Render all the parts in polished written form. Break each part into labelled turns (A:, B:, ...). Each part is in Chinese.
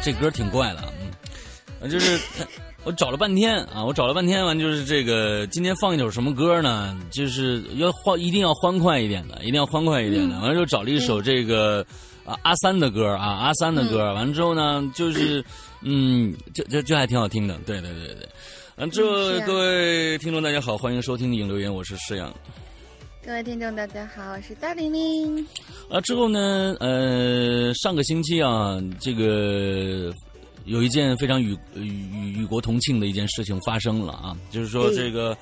A: 这歌挺怪的，就是我找了半天啊，完就是这个今天放一首什么歌呢？就是一定要欢快一点的，完了就找了一首这个阿三的歌啊，完了之后呢，就是就还挺好听的，对。之后各位听众大家好，欢迎收听影留言，我是施阳。
B: 各位听众大家好，我是大玲玲。
A: 之后呢，上个星期啊，这个有一件非常与国同庆的一件事情发生了啊，就是说这个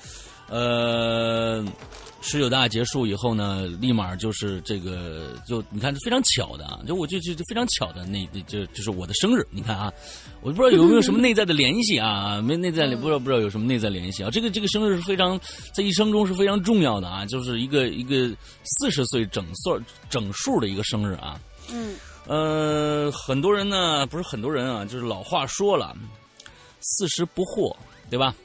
A: 19大结束以后呢，立马就是这个你看非常巧的啊，就非常巧的就是我的生日，你看啊，我不知道有没有什么内在的联系啊，没内在不知道有什么内在联系啊，这个生日是非常在一生中是非常重要的啊，就是一个40岁整数的一个生日啊。很多人呢，不是很多人啊，就是老话说了，40不惑，对吧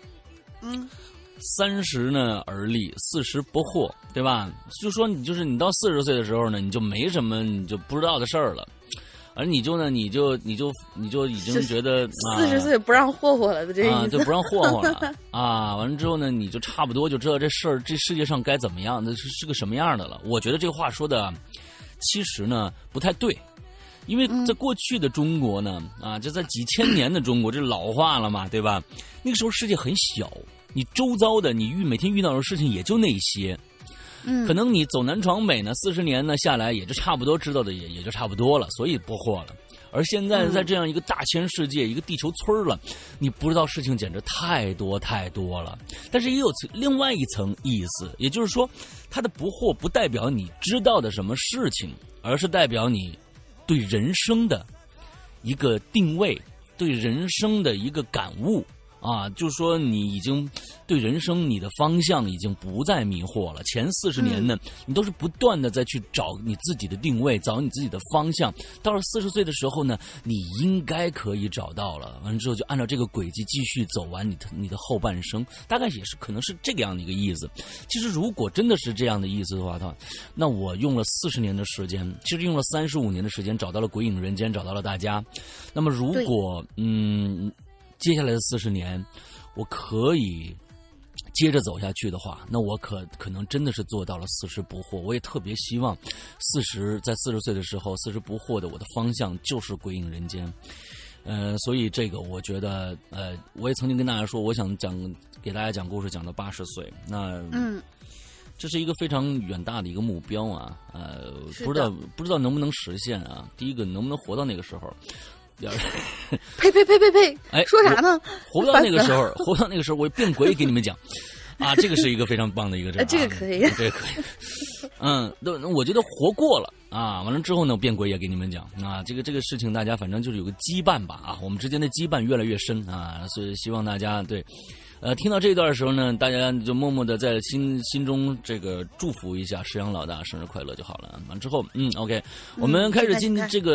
A: ？30呢而立，40不惑，对吧？就说你到40岁的时候呢，你就没什么你就不知道的事儿了，而你就已经觉得
B: 40岁不让霍霍了的这个意思
A: 就不让霍霍了啊。完了之后呢，你就差不多就知道这事儿这世界上该怎么样，那是个什么样的了。我觉得这个话说的其实呢不太对。因为在过去的中国呢，就在几千年的中国，这老化了嘛，对吧？那个时候世界很小，你周遭的你每天遇到的事情也就那些，可能你走南闯北呢，40年呢下来也就差不多知道的也就差不多了，所以不惑了。而现在在这样一个大千世界，一个地球村了，你不知道事情简直太多了。但是也有另外一层意思，也就是说，它的不惑不代表你知道的什么事情，而是代表你对人生的一个定位，对人生的一个感悟啊，就是说你已经对人生你的方向已经不再迷惑了。前40年呢，你都是不断的再去找你自己的定位，找你自己的方向。到了40岁的时候呢，你应该可以找到了。完了之后就按照这个轨迹继续走完你的后半生，大概也是可能是这个样的一个意思。其实如果真的是这样的意思的话，那我用了40年的时间，其实用了35年的时间找到了鬼影人间，找到了大家。那么如果接下来的40年，我可以接着走下去的话，那我可能真的是做到了40不惑。我也特别希望在40岁的时候，40不惑的我的方向就是鬼影人间。所以这个我觉得，我也曾经跟大家说，我想给大家讲故事讲到80岁。那这是一个非常远大的一个目标啊，不知道能不能实现啊？第一个能不能活到那个时候？
B: 呸！哎，说啥呢？
A: 活不到那个时候，我变鬼给你们讲啊！这个是一个非常棒的一个
B: 这个可以，
A: 这个可以。我觉得活过了啊，完了之后呢，变鬼也给你们讲啊。这个事情大家反正就是有个羁绊吧啊，我们之间的羁绊越来越深啊，所以希望大家对。听到这一段的时候呢，大家就默默的在心中这个祝福一下石阳老大生日快乐就好了。完之后，OK，我们开始进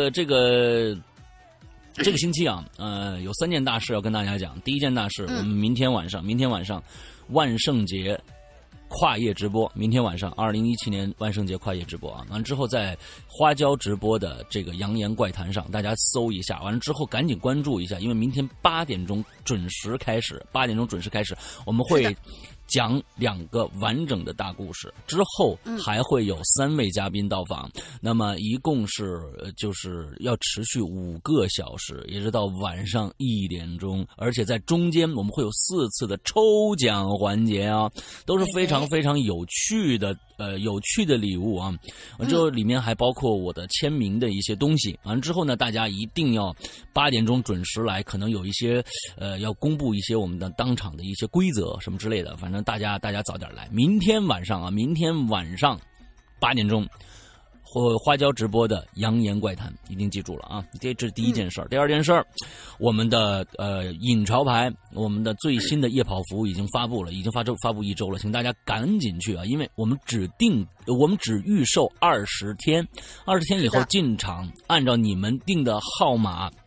A: 这个星期啊，有3件大事要跟大家讲。第一件大事，我们明天晚上万圣节跨夜直播，明天晚上2017年万圣节跨夜直播啊。完之后在花椒直播的这个扬言怪谈上，大家搜一下，完了之后赶紧关注一下，因为明天8点钟准时开始，我们会讲2个完整的大故事，之后还会有3位嘉宾到访，那么一共是就是要持续5个小时，也是到晚上1点钟，而且在中间我们会有4次的抽奖环节啊，都是非常非常有趣的礼物啊。完之后里面还包括我的签名的一些东西。完之后呢，大家一定要8点钟准时来，可能有一些要公布一些我们的当场的一些规则什么之类的，反正大家早点来。明天晚上8点钟花椒直播的扬言怪谈一定记住了啊！这是第一件事儿。第二件事儿，我们的引潮牌，我们的最新的夜跑服已经发布了，已经发布1周了，请大家赶紧去啊！因为我们只预售20天，20天以后进场，按照你们定的号码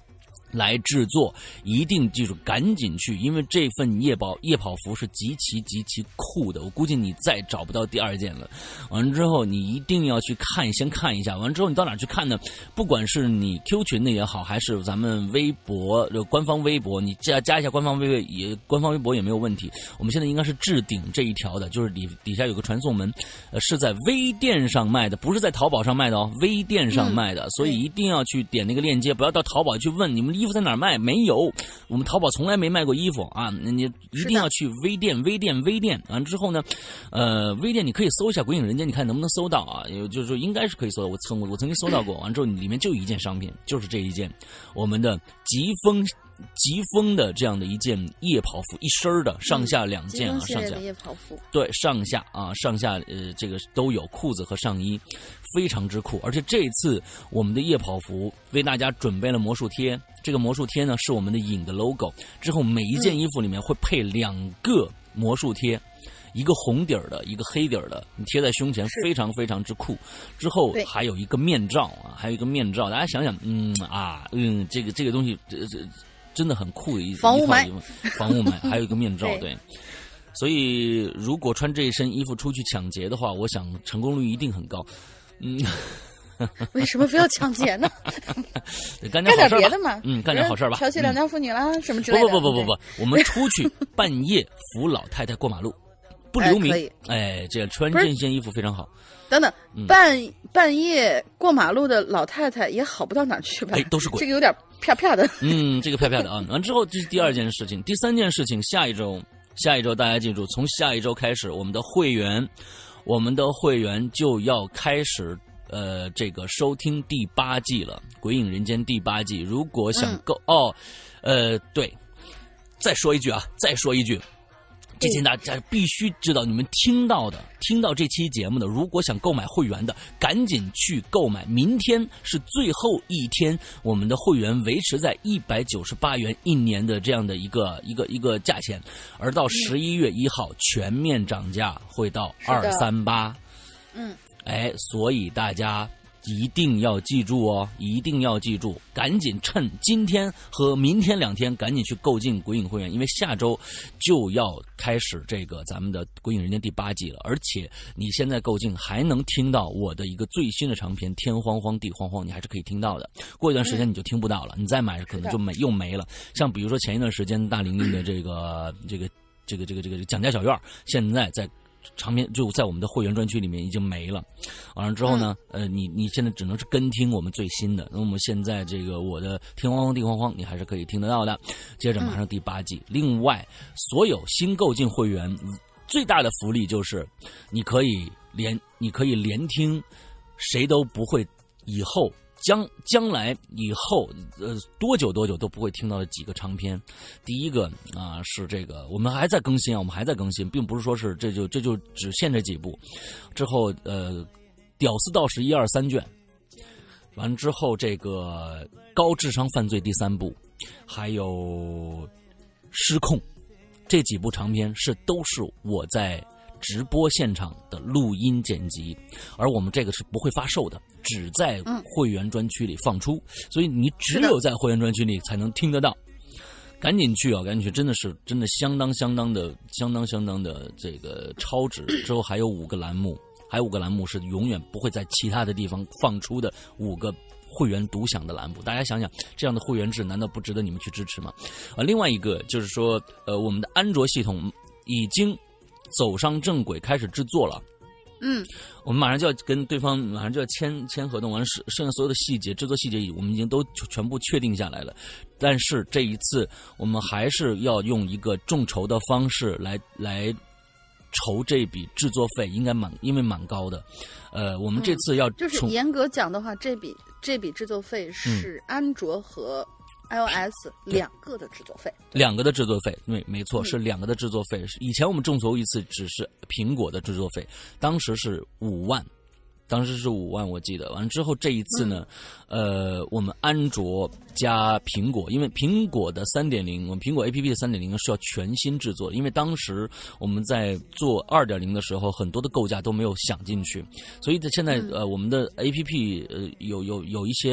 A: 来制作，一定记住，赶紧去，因为这份夜跑服是极其酷的，我估计你再找不到第二件了。完了之后，你一定要去先看一下。完了之后，你到哪去看呢？不管是你 Q 群的也好，还是咱们微博官方微博，你加一下官方微博也没有问题。我们现在应该是置顶这一条的，就是底下有个传送门，是在微店上卖的，不是在淘宝上卖的哦，微店上卖的，所以一定要去点那个链接，不要到淘宝去问你们衣服在哪儿卖，没有，我们淘宝从来没卖过衣服啊！你一定要去微店。完之后呢，微店你可以搜一下《鬼影人间》，你看能不能搜到啊？就是说应该是可以搜到，我曾经搜到过。完之后里面就有一件商品，就是这一件我们的疾风的这样的一件夜跑服，一身的上下两件啊，上下
B: 夜跑服，
A: 对，上下这个都有裤子和上衣，非常之酷。而且这次我们的夜跑服为大家准备了魔术贴，这个魔术贴呢是我们的影的 logo， 之后每一件衣服里面会配2个魔术贴。一个红底儿的，一个黑底儿的，你贴在胸前，非常非常之酷。之后还有一个面罩啊，大家想想，这个东西，真的很酷的一
B: 防雾霾，
A: 还有一个面罩，对。所以如果穿这一身衣服出去抢劫的话，我想成功率一定很高。
B: 为什么非要抢劫呢？
A: 干点好事
B: 别的嘛，
A: 干点好事吧。
B: 调戏良家妇女啦，什么之类的。
A: 不，我们出去半夜扶老太太过马路。不留名，这样穿这件衣服非常好。
B: 等等，半夜过马路的老太太也好不到哪去吧？
A: 都是鬼，
B: 这个有点啪啪的。
A: 这个啪啪的啊。完之后，这是第2件事情，第3件事情，下一周大家记住，从下一周开始，我们的会员就要开始这个收听第8季了，《鬼影人间》第8季。如果想对，再说一句。这些大家必须知道，你们听到这期节目的，如果想购买会员的，赶紧去购买。明天是最后一天，我们的会员维持在198元1年的这样的一个价钱，而到11月1号全面涨价，会到238。所以大家一定要记住哦，赶紧趁今天和明天2天赶紧去购进鬼影会员，因为下周就要开始这个咱们的鬼影人间第8季了，而且你现在购进还能听到我的一个最新的长篇天荒荒地荒荒，你还是可以听到的。过一段时间你就听不到了，你再买可能就又没了。像比如说前一段时间大玲玲的这个蒋家小院，现在在长篇就在我们的会员专区里面已经没了。完了之后呢，你现在只能是跟听我们最新的。那我们现在这个我的天荒荒地荒荒，你还是可以听得到的。接着马上第8季。另外，所有新购进会员最大的福利就是你可以连听，谁都不会以后。将来以后，多久都不会听到的几个长篇。第一个是这个，我们还在更新，并不是说是这就只限这几部。之后屌丝道士1、2、3卷，完之后这个高智商犯罪第3部，还有失控，这几部长篇都是我在直播现场的录音剪辑，而我们这个是不会发售的，只在会员专区里放出，所以你只有在会员专区里才能听得到。赶紧去，真的相当的这个超值。之后还有5个栏目是永远不会在其他的地方放出的5个会员独享的栏目。大家想想，这样的会员制难道不值得你们去支持吗？另外一个就是说，我们的安卓系统已经走上正轨，开始制作了。我们马上就要跟对方签合同，完剩下所有的制作细节我们已经都全部确定下来了。但是这一次我们还是要用一个众筹的方式来筹这笔制作费，因为蛮高的。我们这次要
B: 就是严格讲的话，这笔制作费是安卓和iOS 2个的制作费
A: ，2个的制作费，对，没错，是2个的制作费。以前我们众筹一次只是苹果的制作费，当时是5万，我记得。完了之后这一次呢，我们安卓加苹果，因为苹果的3.0，我们苹果 APP 的3.0是要全新制作，因为当时我们在做2.0的时候，很多的构架都没有想进去，所以现在我们的 APP 有一些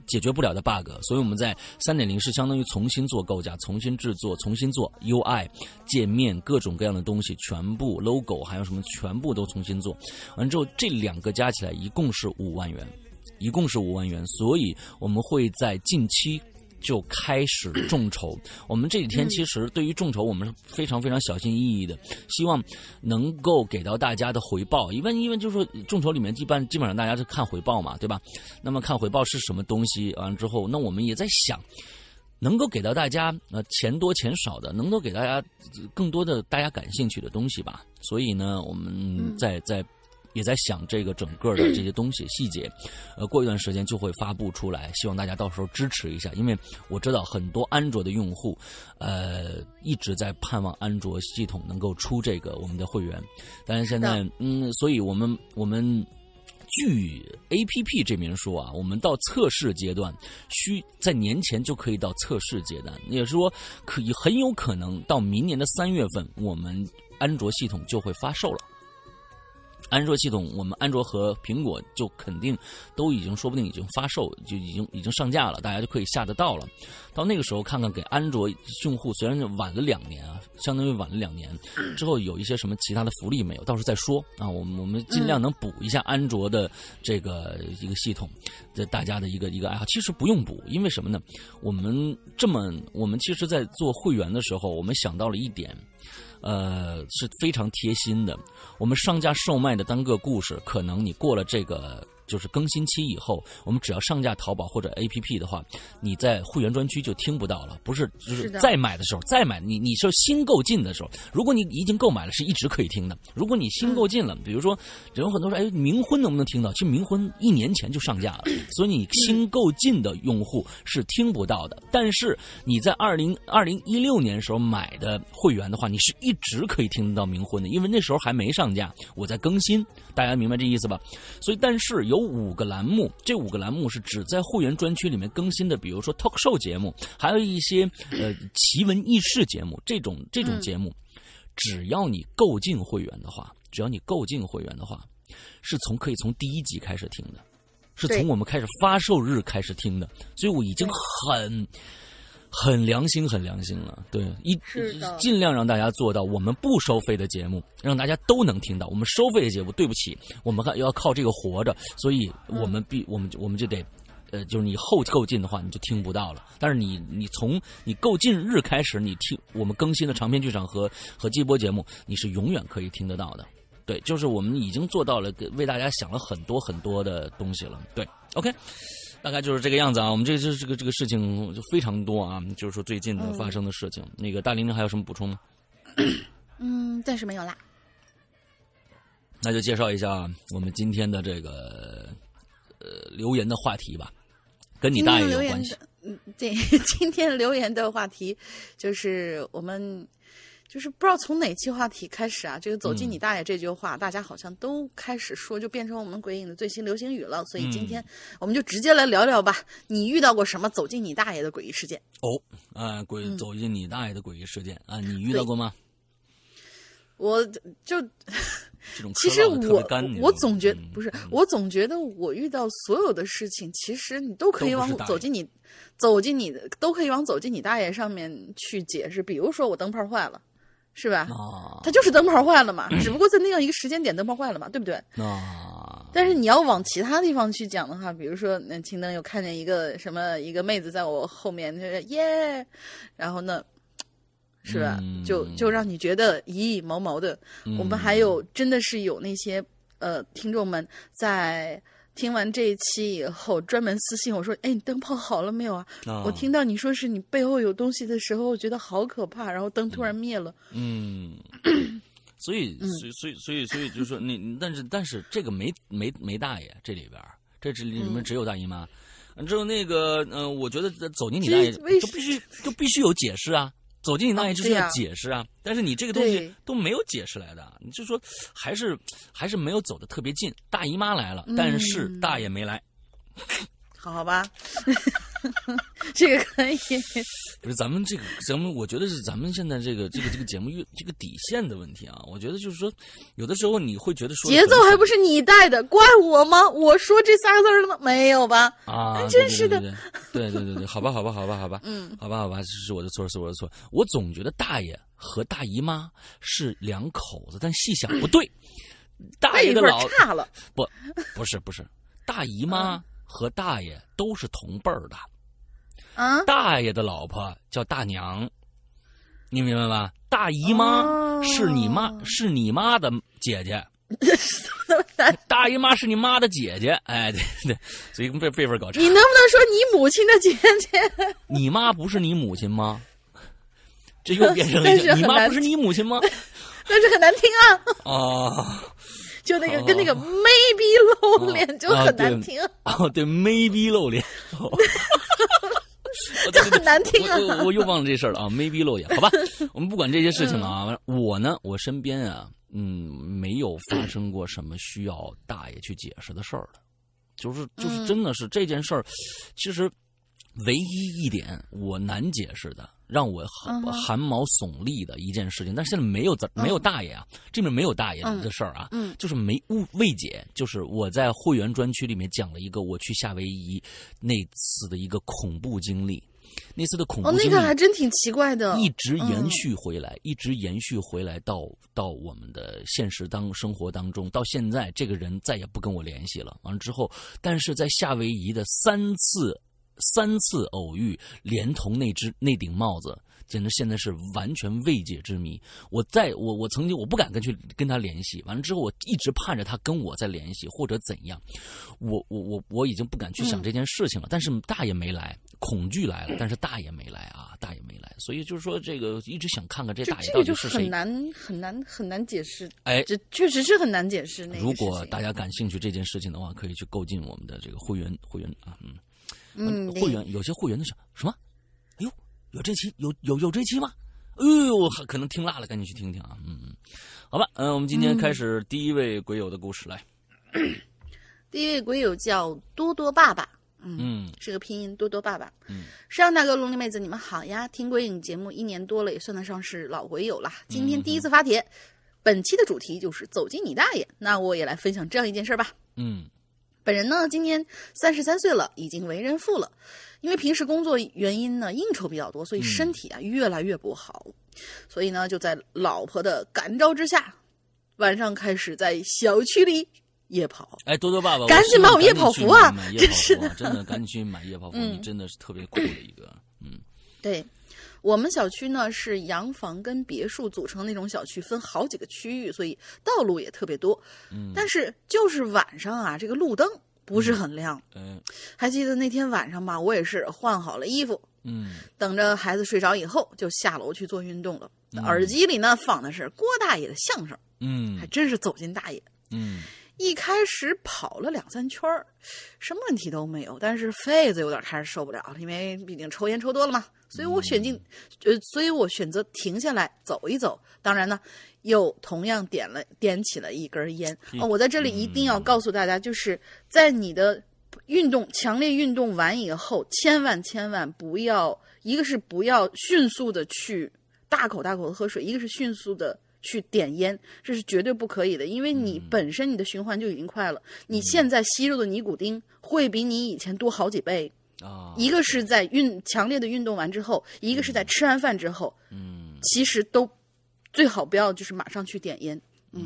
A: 解决不了的 bug， 所以我们在 3.0 是相当于重新做构架、重新制作、重新做 UI 界面，各种各样的东西全部 logo 还有什么全部都重新做。完之后这2个加起来一共是5万元，所以我们会在近期就开始众筹。我们这几天其实对于众筹我们是非常非常小心翼翼的，希望能够给到大家的回报。因为就是说众筹里面基本上大家是看回报嘛，对吧？那么看回报是什么东西，完了之后，那我们也在想能够给到大家钱多钱少的，能够给大家更多的大家感兴趣的东西吧。所以呢，我们也在想这个整个的这些东西细节，过一段时间就会发布出来，希望大家到时候支持一下。因为我知道很多安卓的用户，一直在盼望安卓系统能够出这个我们的会员，但是现在，所以我们据 APP 这边说啊，我们到测试阶段，需在年前就可以到测试阶段，也就是说，很有可能到明年的3月份，我们安卓系统就会发售了。安卓系统，我们安卓和苹果就肯定都已经说不定已经发售，就已经上架了，大家就可以下得到了。到那个时候看看给安卓用户，虽然晚了2年啊，相当于晚了2年之后有一些什么其他的福利没有，到时候再说啊。我们尽量能补一下安卓的这个一个系统，这大家的一个爱好。其实不用补，因为什么呢？我们其实在做会员的时候，我们想到了一点。是非常贴心的。我们上架售卖的单个故事，可能你过了这个就是更新期以后，我们只要上架淘宝或者 APP 的话，你在会员专区就听不到了。不是，就是再买的时候，再买你是新购进的时候，如果你已经购买了，是一直可以听的。如果你新购进了，比如说有很多说，冥婚能不能听到？其实冥婚1年前就上架了，所以你新购进的用户是听不到的。但是你在2016年时候买的会员的话，你是一直可以听到冥婚的，因为那时候还没上架，我在更新，大家明白这意思吧？所以，但是有5个栏目，这5个栏目是只在会员专区里面更新的，比如说 talk show 节目，还有一些奇闻异事节目，这种节目，只要你购进会员的话，是可以从第1集开始听的，是从我们开始发售日开始听的，所以我已经很良心了，对，尽量让大家做到我们不收费的节目，让大家都能听到。我们收费的节目，对不起，我们还要靠这个活着，所以我们就得，就是你后购进的话，你就听不到了。但是你从你购进日开始，你听我们更新的长篇剧场和季播节目，你是永远可以听得到的。对，就是我们已经做到了，为大家想了很多很多的东西了。对 ，OK。大概就是这个样子啊，我们这个事情就非常多啊，就是说最近的发生的事情。那个大玲玲还有什么补充吗？
B: 暂时没有啦。
A: 那就介绍一下我们今天的这个留言的话题吧，跟你大爷有关系。
B: 对，今天留言的话题就是我们。就是不知道从哪期话题开始啊，这个走进你大爷这句话，大家好像都开始说，就变成我们鬼影的最新流行语了。所以今天我们就直接来聊聊吧，你遇到过什么走进你大爷的诡异事件？
A: 走进你大爷的诡异事件啊，你遇到过吗？
B: 我就
A: 这种
B: 其实我总觉不是，我总觉得我遇到所有的事情，其实你都可以往走进你都可以往走进你大爷上面去解释。比如说我灯泡坏了。是吧？它就是灯泡坏了嘛，只不过在那样一个时间点灯泡坏了嘛，对不对？但是你要往其他地方去讲的话，比如说青灯又看见一个妹子在我后面，耶，然后呢，是吧？就让你觉得咦毛毛的。我们还有真的是有那些听众们在。听完这一期以后，专门私信我说：“你灯泡好了没有啊？”我听到你说是你背后有东西的时候，我觉得好可怕，然后灯突然灭了。
A: 所以就是说但是这个没大爷这里边，这里面只有大姨妈。之后那个我觉得走进你大爷就必须有解释啊。走进你大爷就是要解释啊，但是你这个东西都没有解释来的，你就说还是没有走得特别近。大姨妈来了，但是大爷没来。
B: 好吧，这个可以。
A: 不是咱们，我觉得是咱们现在这个节目这个底线的问题啊。我觉得就是说，有的时候你会觉得说
B: 节奏还不是你带的，怪我吗？我说这3个字了吗？没有吧？
A: 啊，
B: 真是的。
A: 对，好吧，好吧，好吧，这是我的错，是我的错。我总觉得大爷和大姨妈是两口子，但细想不对，大爷的老
B: 差了，
A: 不是，大姨妈和大爷都是同辈儿的。大爷的老婆叫大娘，你明白吗？大姨妈是你妈，是你妈的姐姐。大姨妈是你妈的姐姐，哎，对，所以辈分搞差。
B: 你能不能说你母亲的姐姐？
A: 你妈不是你母亲吗？这又变成了一个，你妈不是你母亲吗？
B: 但是很难听啊！
A: 啊，
B: 就那个跟那个 maybe 露脸就很难听。
A: 对 ，maybe 露脸。
B: 这很难听啊！
A: 我又忘了这事儿了啊 ，maybe 露脸，好吧，我们不管这些事情了啊。我身边啊，没有发生过什么需要大爷去解释的事儿的，就是真的是这件事儿，其实唯一一点我难解释的，让我汗毛耸立的一件事情，但是现在没有大爷啊，这边没有大爷的事儿啊，就是未解，就是我在会员专区里面讲了一个我去夏威夷那次的一个恐怖经历。那次的恐怖经历，
B: 那个还真挺奇怪的，
A: 一直延续回来到我们的现实生活当中，到现在这个人再也不跟我联系了。完了之后，但是在夏威夷的三次偶遇，连同那顶帽子，简直现在是完全未解之谜。我曾经我不敢跟他联系，完了之后我一直盼着他跟我再联系或者怎样，我已经不敢去想这件事情了。但是大爷没来，恐惧来了，但是大爷没来啊，大爷没来，所以就是说这个一直想看看这大爷到底是谁。
B: 这个就很难解释，
A: 哎，
B: 这确实是很难解释。
A: 如果大家感兴趣这件事情的话，可以去购进我们的这个会员啊，会员有些会员的什么？哎呦，有这期有这期吗？哎呦，我可能听辣了，赶紧去听听啊。好吧，我们今天开始第一位鬼友的故事来。
B: 第一位鬼友叫多多爸爸，是个拼音多多爸爸。上大哥龙丽妹子你们好呀，听鬼影节目1年多了，也算得上是老鬼友了。今天第一次发帖，本期的主题就是走进你大爷，那我也来分享这样一件事吧。本人呢，今年33岁了，已经为人父了。因为平时工作原因呢，应酬比较多，所以身体啊越来越不好。所以呢，就在老婆的感召之下，晚上开始在小区里夜跑。
A: 哎，多多爸爸，
B: 赶紧买我夜跑服啊！
A: 真是的，真的赶紧去买夜跑服，你真的是特别酷的一个。
B: 对。我们小区呢是洋房跟别墅组成那种小区，分好几个区域，所以道路也特别多。但是就是晚上啊，这个路灯不是很亮。还记得那天晚上吧，我也是换好了衣服，等着孩子睡着以后，就下楼去做运动了。耳机里呢放的是郭大爷的相声，还真是走进大爷。一开始跑了2-3圈，什么问题都没有，但是肺子有点开始受不了了，因为毕竟抽烟抽多了嘛。所以我选择停下来走一走。当然呢，又同样点起了一根烟。我在这里一定要告诉大家，就是在你的强烈运动完以后，千万不要，一个是不要迅速的去大口的喝水，一个是迅速的去点烟，这是绝对不可以的。因为你本身你的循环就已经快了，你现在吸入的尼古丁会比你以前多好几倍。一个是在强烈的运动完之后，一个是在吃完饭之后。其实都最好不要就是马上去点烟。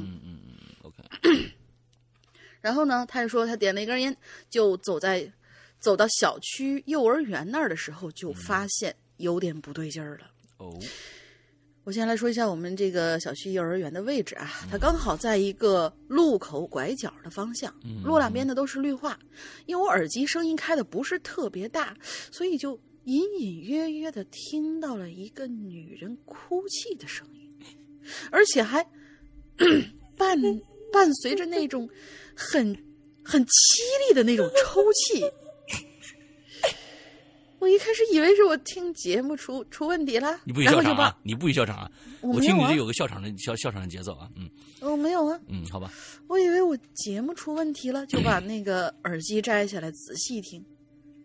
A: OK。
B: 然后呢，他就说他点了一根烟，就走到小区幼儿园那儿的时候，就发现有点不对劲儿了。我先来说一下我们这个小区幼儿园的位置啊，它刚好在一个路口拐角的方向，路两边的都是绿化。因为我耳机声音开的不是特别大，所以就隐隐约约的听到了一个女人哭泣的声音，而且还伴随着那种很凄厉的那种抽泣。我一开始以为是我听节目出问题了，
A: 你不许笑场啊！你不许笑场啊！我听你这有个笑场的节奏啊！
B: 没有啊。
A: 好吧。
B: 我以为我节目出问题了，就把那个耳机摘下来仔细听，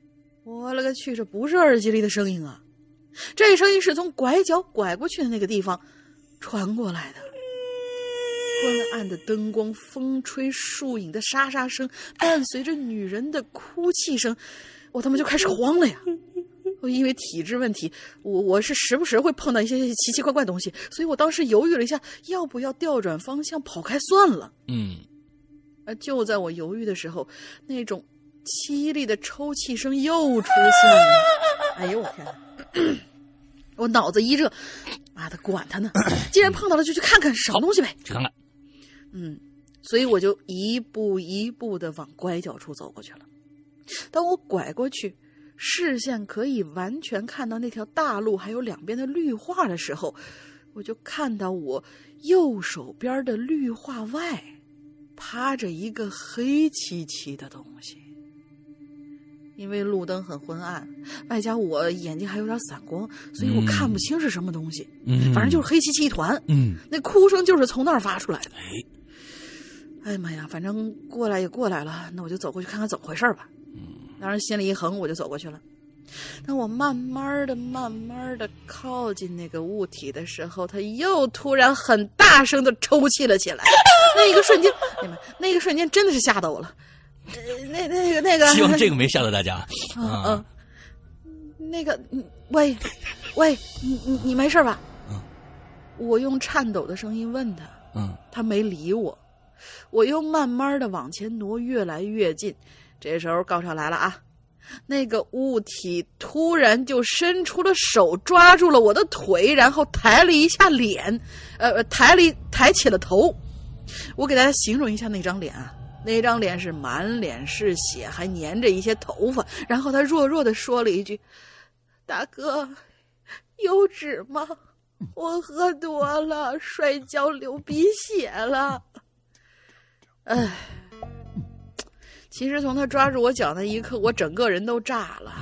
B: 我勒个去，这不是耳机里的声音啊！这声音是从拐角拐过去的那个地方传过来的。昏暗的灯光，风吹树影的沙沙声，伴随着女人的哭泣声，我他妈就开始慌了呀！因为体质问题，我是时不时会碰到一些奇奇怪怪的东西，所以我当时犹豫了一下，要不要调转方向跑开算了。就在我犹豫的时候，那种凄厉的抽泣声又出现了。哎呦我天哪！我脑子一热，妈的，管他呢！既然碰到了，就去看看是什么东西呗。
A: 去看看。
B: 所以我就一步一步的往拐角处走过去了。当我拐过去，视线可以完全看到那条大路还有两边的绿化的时候，我就看到我右手边的绿化外趴着一个黑漆漆的东西。因为路灯很昏暗，外加我眼睛还有点散光，所以我看不清是什么东西。反正就是黑漆漆一团。那哭声就是从那儿发出来的。哎呀妈呀，反正过来也过来了，那我就走过去看看怎么回事吧。当然心里一横，我就走过去了。当我慢慢的靠近那个物体的时候，它又突然很大声的抽泣了起来。那个瞬间真的是吓到我了。那个，
A: 希望这个没吓到大家。
B: 那个，喂，你没事吧？我用颤抖的声音问他。他没理我。我又慢慢的往前挪，越来越近。这时候高潮来了啊！那个物体突然就伸出了手，抓住了我的腿，然后抬了一下脸，抬起了头。我给大家形容一下那张脸啊，那张脸是满脸是血，还粘着一些头发。然后他弱弱的说了一句：“大哥，有纸吗？我喝多了，摔跤流鼻血了。”哎，其实从他抓住我脚那一刻，我整个人都炸了。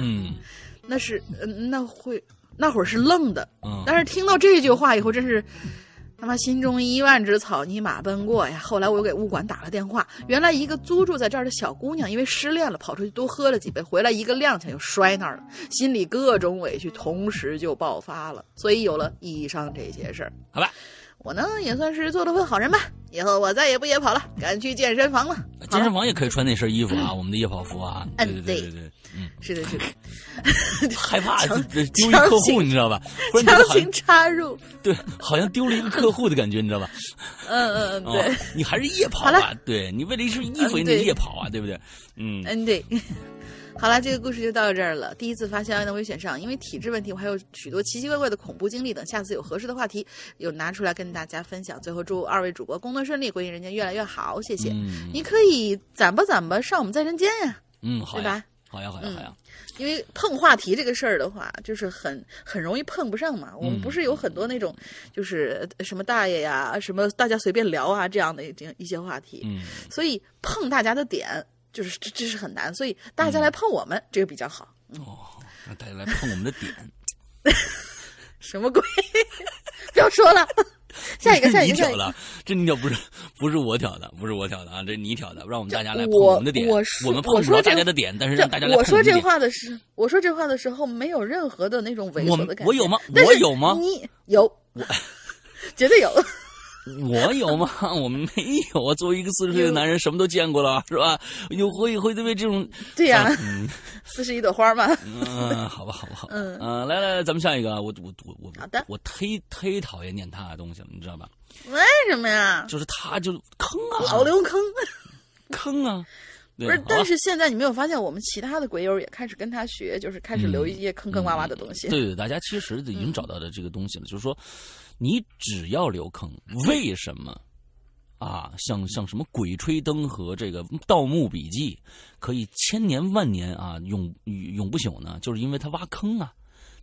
B: 那会儿是愣的。但是听到这句话以后，真是他妈心中1万只草泥马奔过呀！后来我又给物管打了电话，原来一个租住在这儿的小姑娘因为失恋了，跑出去多喝了几杯，回来一个踉跄又摔那儿了，心里各种委屈同时就爆发了，所以有了以上这些事儿。
A: 好吧，
B: 我呢也算是做了份好人吧，以后我再也不夜跑了，赶去健身房了。
A: 健身房也可以穿那身衣服啊，我们的夜跑服啊。对，
B: 是的。
A: 害怕丢一客户，你知道吧？
B: 强行插入，
A: 对，好像丢了一个客户的感觉，你知道吧？
B: 对，
A: 你还是夜跑啊？对，你为了一身衣服你得夜跑啊，对不对？
B: 对。好了，这个故事就到这儿了。第一次发现的微选上，因为体质问题，我还有许多奇奇怪怪的恐怖经历等，下次有合适的话题有拿出来跟大家分享。最后祝二位主播工作顺利，归隐人间越来越好，谢谢。你可以攒吧上我们在人间呀。
A: 好呀，
B: 对吧？
A: 好呀。
B: 因为碰话题这个事儿的话，就是很容易碰不上嘛。我们不是有很多那种，就是什么大爷呀，什么大家随便聊啊这样的一些话题。所以碰大家的点。就是这是很难，所以大家来碰我们，这个比较好。
A: 让大家来碰我们的点，
B: 什么鬼？不要说了，下一个。
A: 你挑的，这你挑不是我挑的啊，这你挑的，让我们大家来碰我们的点。我们碰不着大家的点，但是让大家来碰我们的点。
B: 我说这话的时候，没有任何的那种猥琐的感觉。
A: 我有吗？
B: 你有，绝对有。
A: 我有吗？我们没有啊！作为一个40岁的男人，什么都见过了，是吧？会对这种
B: 对呀，这是一朵花吗？
A: 好吧。来，咱们下一个。
B: 好的。
A: 我忒讨厌念他的东西了，你知道吧？
B: 为什么呀？
A: 就是他就坑啊，
B: 老留
A: 坑啊。
B: 不是，但是现在你没有发现，我们其他的鬼友也开始跟他学，就是开始留一些坑坑洼洼的东西。
A: 对，大家其实已经找到了这个东西了，就是说，你只要留坑，为什么啊？像什么《鬼吹灯》和这个《盗墓笔记》，可以千年万年啊，永不朽呢？就是因为他挖坑啊。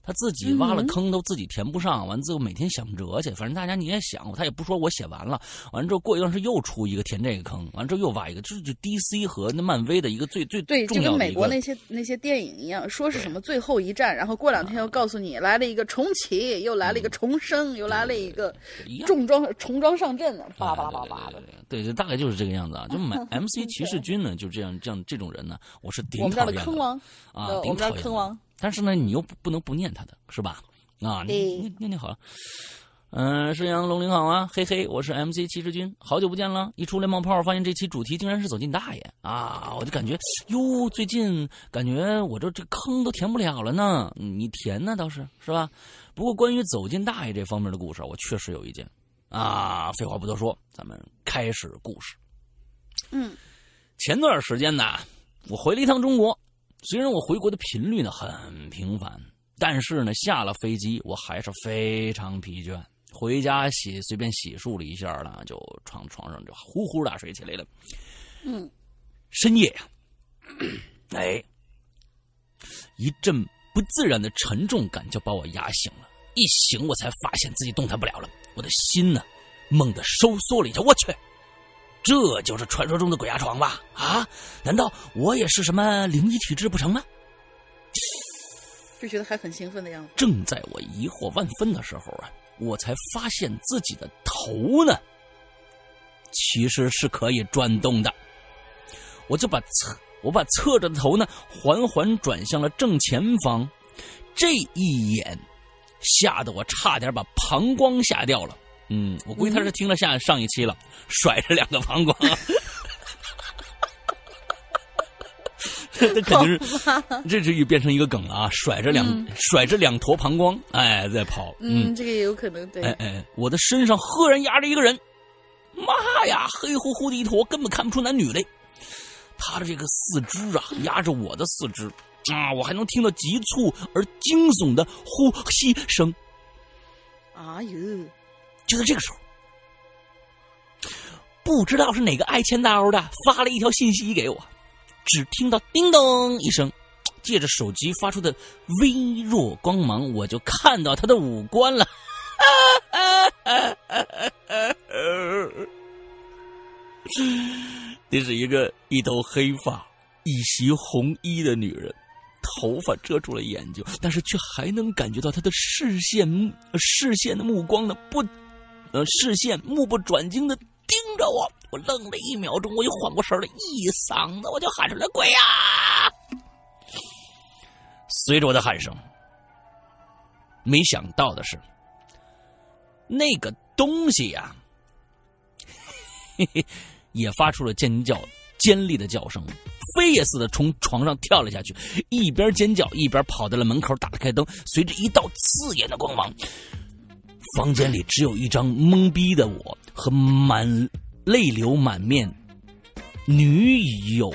A: 他自己挖了坑都自己填不上，完之后每天想辙去，反正大家你也想，他也不说我写完了，完之后过一段时间又出一个填这个坑，完之后又挖一个，这就 DC 和那漫威的一个最重要的一个。
B: 对，就跟美国那些电影一样，说是什么最后一战，然后过2天又告诉你来了一个重启，又来了一个重生，又来了一个重装上阵的，叭叭叭叭的。
A: 对，大概就是这个样子啊。就买 MC 骑士军呢，就这种人呢，我是顶讨厌的。我们这儿的
B: 坑王
A: 啊，
B: 我们这儿坑王。
A: 但是呢，你又不能不念他的，是吧？啊，你念好了。沈阳龙鳞好啊，嘿嘿，我是 MC 骑士军，好久不见了。一出来冒泡，发现这期主题竟然是走进大爷啊！我就感觉哟，最近感觉我这坑都填不了了呢。你填呢倒是吧？不过关于走进大爷这方面的故事，我确实有一件啊。废话不多说，咱们开始故事。前段时间呢，我回了一趟中国。虽然我回国的频率呢很频繁，但是呢下了飞机我还是非常疲倦。回家随便洗漱了一下呢，就床上就呼呼大睡起来了。深夜呀，一阵不自然的沉重感就把我压醒了。一醒我才发现自己动弹不了了，我的心呢猛地收缩了一下。我去！这就是传说中的鬼压床吧？啊？难道我也是什么灵异体质不成吗？
B: 就觉得还很兴奋的样子。
A: 正在我疑惑万分的时候啊，我才发现自己的头呢，其实是可以转动的。我把侧着的头呢，缓缓转向了正前方。这一眼，吓得我差点把膀胱吓掉了。我估计他是听了上一期了，甩着2个膀胱，这肯定是，这就变成一个梗了啊！甩着2坨膀胱，在跑。
B: 这个也有可能对。
A: 我的身上赫然压着一个人，妈呀，黑乎乎的一坨，根本看不出男女来。他的这个四肢啊，压着我的四肢啊，我还能听到急促而惊悚的呼吸声。
B: 哎呦！
A: 就在这个时候，不知道是哪个爱钱大欧的发了一条信息给我，只听到叮咚一声，借着手机发出的微弱光芒，我就看到他的五官了。这是一头黑发、一袭红衣的女人，头发遮住了眼睛，但是却还能感觉到她的视线的目光呢视线目不转睛的盯着我。我愣了1秒钟，我就缓过神了，一嗓子我就喊出来：“鬼呀！”随着我的喊声，没想到的是，那个东西呀，也发出了尖利的叫声，飞也似的从床上跳了下去，一边尖叫一边跑到了门口，打开灯，随着一道刺眼的光芒，房间里只有一张懵逼的我和泪流满面女友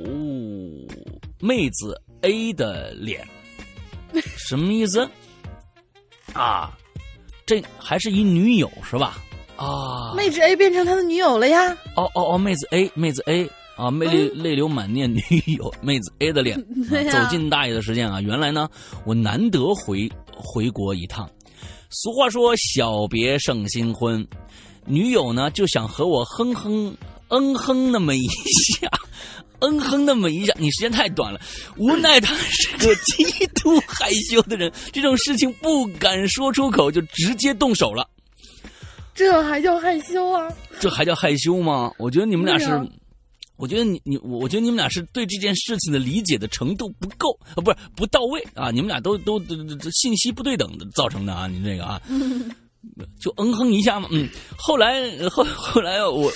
A: 妹子 A 的脸。什么意思啊？这还是一女友是吧？啊，
B: 妹子 A 变成他的女友了呀！
A: 妹子 A 啊，泪流满面女友妹子 A 的脸。走进大爷的时间啊，原来呢，我难得回国一趟。俗话说小别胜新婚，女友呢就想和我哼那么一下。你时间太短了。无奈他是个极度害羞的人，这种事情不敢说出口，就直接动手了。
B: 这还叫害羞啊？
A: 这还叫害羞吗？我觉得你们俩是，我觉得你们俩是对这件事情的理解的程度不够，不到位啊！你们俩都信息不对等的造成的啊！你这个啊，就哼一下嘛。后来我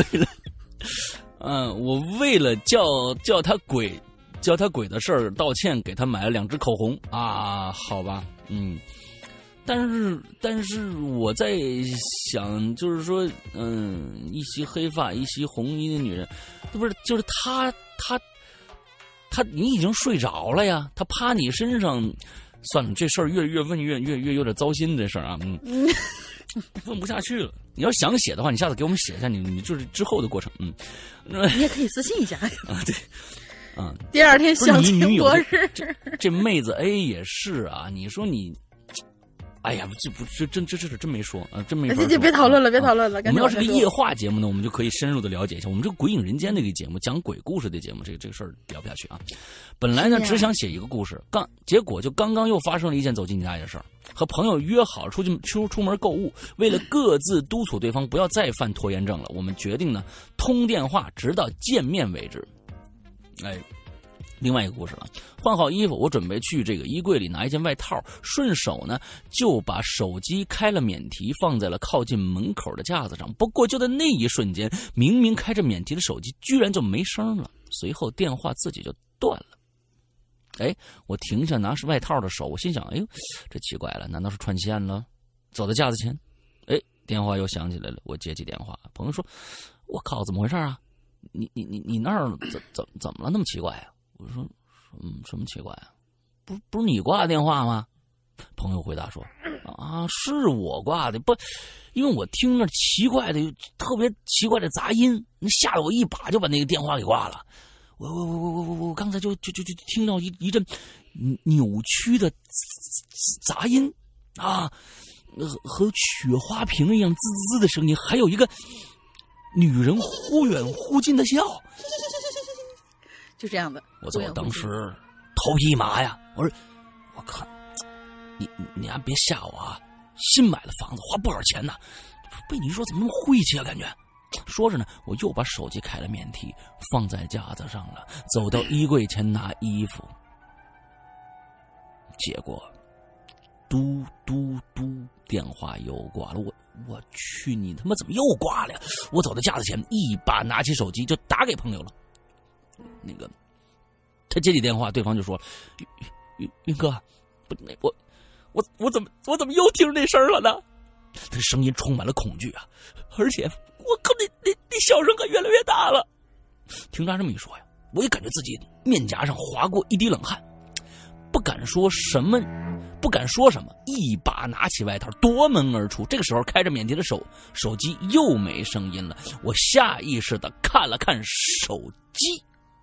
A: 为了叫他鬼的事儿道歉，给他买了2支口红啊，好吧，但是我在想，就是说，一袭黑发、一袭红衣的女人，不是，就是她，你已经睡着了呀，她趴你身上，算了，这事儿越问越有点糟心，这事儿啊，问不下去了。你要想写的话，你下次给我们写一下你就是之后的过程，
B: 你也可以私信一下
A: 啊，对。 嗯，
B: 第二天相亲过日，
A: 这妹子 A 也是啊，你说你。哎呀，这是真没说啊，真没说。
B: 别讨论了，别讨论了。
A: 我们要是个夜话节目呢，我们就可以深入的了解一下。我们这个鬼影人间的一个节目，讲鬼故事的节目，这个事儿聊不下去啊。本来呢，只想写一个故事，结果就刚刚又发生了一件走进你大爷的事儿。和朋友约好出门购物，为了各自督促对方不要再犯拖延症了，我们决定呢通电话，直到见面为止。哎。另外一个故事了，换好衣服，我准备去这个衣柜里拿一件外套，顺手呢就把手机开了免提，放在了靠近门口的架子上。不过就在那一瞬间，明明开着免提的手机居然就没声了，随后电话自己就断了。哎，我停下拿外套的手，我心想，哎呦，这奇怪了，难道是串线了？走到架子前，哎，电话又响起来了，我接起电话，朋友说：“我靠，怎么回事啊？你那儿怎么了？那么奇怪啊？”我说，什么奇怪啊？不是你挂的电话吗？朋友回答说，啊，是我挂的，不，因为我听着特别奇怪的杂音，吓得我一把就把那个电话给挂了。我刚才就听到一阵扭曲的杂音啊，和雪花瓶一样滋滋滋的声音，还有一个女人忽远忽近的笑。
B: 就这样的，
A: 我当时头皮一麻呀！我说，我靠，你还别吓我啊！新买的房子花不少钱呢，被你说怎么那么晦气啊？感觉。说着呢，我又把手机开了免提，放在架子上了，走到衣柜前拿衣服，结果，嘟嘟嘟，电话又挂了。我去，你他妈怎么又挂了呀？我走到架子前，一把拿起手机就打给朋友了。那个，他接起电话，对方就说：“云哥，不，我怎么又听那声了呢？”他声音充满了恐惧啊，而且我靠，那笑声可越来越大了。听他这么一说呀，我也感觉自己面颊上划过一滴冷汗，不敢说什么，一把拿起外套夺门而出。这个时候开着免提的手机又没声音了，我下意识的看了看手机。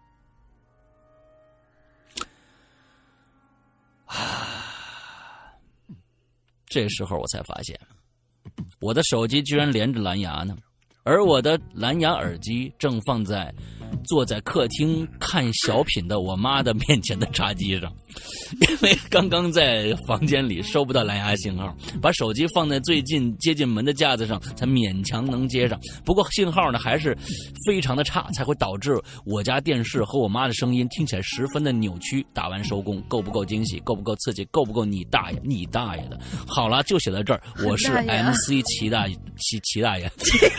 A: 这时候我才发现，我的手机居然连着蓝牙呢，而我的蓝牙耳机正放在坐在客厅看小品的我妈的面前的茶几上。因为刚刚在房间里收不到蓝牙信号，把手机放在最近接近门的架子上，才勉强能接上。不过信号呢还是非常的差，才会导致我家电视和我妈的声音听起来十分的扭曲。打完收工，够不够惊喜？够不够刺激？够不够你大爷？你大爷的！好了，就写到这儿。我是 MC 齐大爷，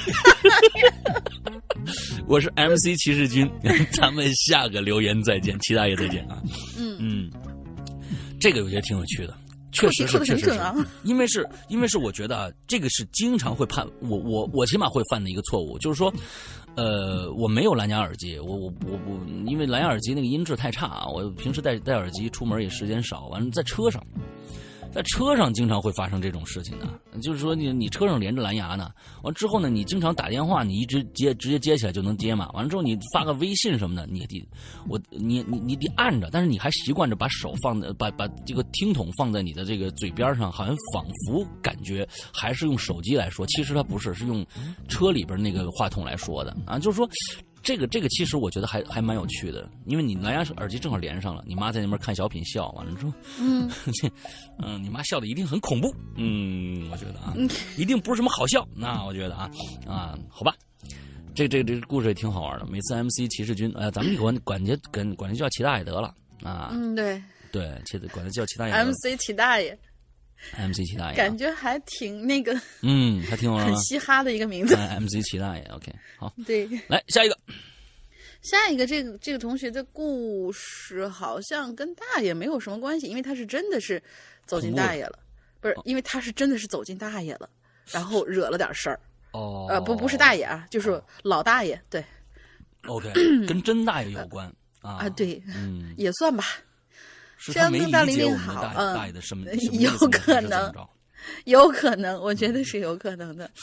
A: 我是 MC 骑士军，咱们下个留言再见，齐大爷再见啊！这个我觉得挺有趣的，确实是，因为是我觉得啊，这个是经常会犯我起码会犯的一个错误，就是说，我没有蓝牙耳机，我因为蓝牙耳机那个音质太差啊，我平时戴耳机出门也时间少，完了在车上经常会发生这种事情的，就是说你车上连着蓝牙呢，完之后呢，你经常打电话，你一直直接接起来就能接嘛，完了之后你发个微信什么的，你得按着，但是你还习惯着把手放在把这个听筒放在你的这个嘴边上，好像仿佛感觉还是用手机来说，其实它不是，是用车里边那个话筒来说的啊，就是说。这个其实我觉得还蛮有趣的，因为你蓝牙耳机正好连上了，你妈在那边看小品笑，完了之后，你妈笑的一定很恐怖，我觉得啊，一定不是什么好笑，那我觉得好吧，这故事也挺好玩的。每次 MC 骑士军，咱们管他叫齐大爷得了啊，
B: 对，
A: 管他叫齐大爷
B: ，MC 齐大爷。
A: MC 齐大爷
B: 感觉还挺那个，
A: 还挺
B: 很嘻哈的一个名字。
A: MC 齐大爷 ，OK， 好，
B: 对，
A: 来下一个，
B: 这个同学的故事好像跟大爷没有什么关系，因为他是真的是走进大爷了，不是，因为他是真的是走进大爷了，然后惹了点事儿。不是大爷啊，就是老大爷，对。
A: OK， 跟真大爷有关啊？
B: 对，也算吧。
A: 是他没理解我们大爷的什么
B: 有可能，我觉得是有可能的。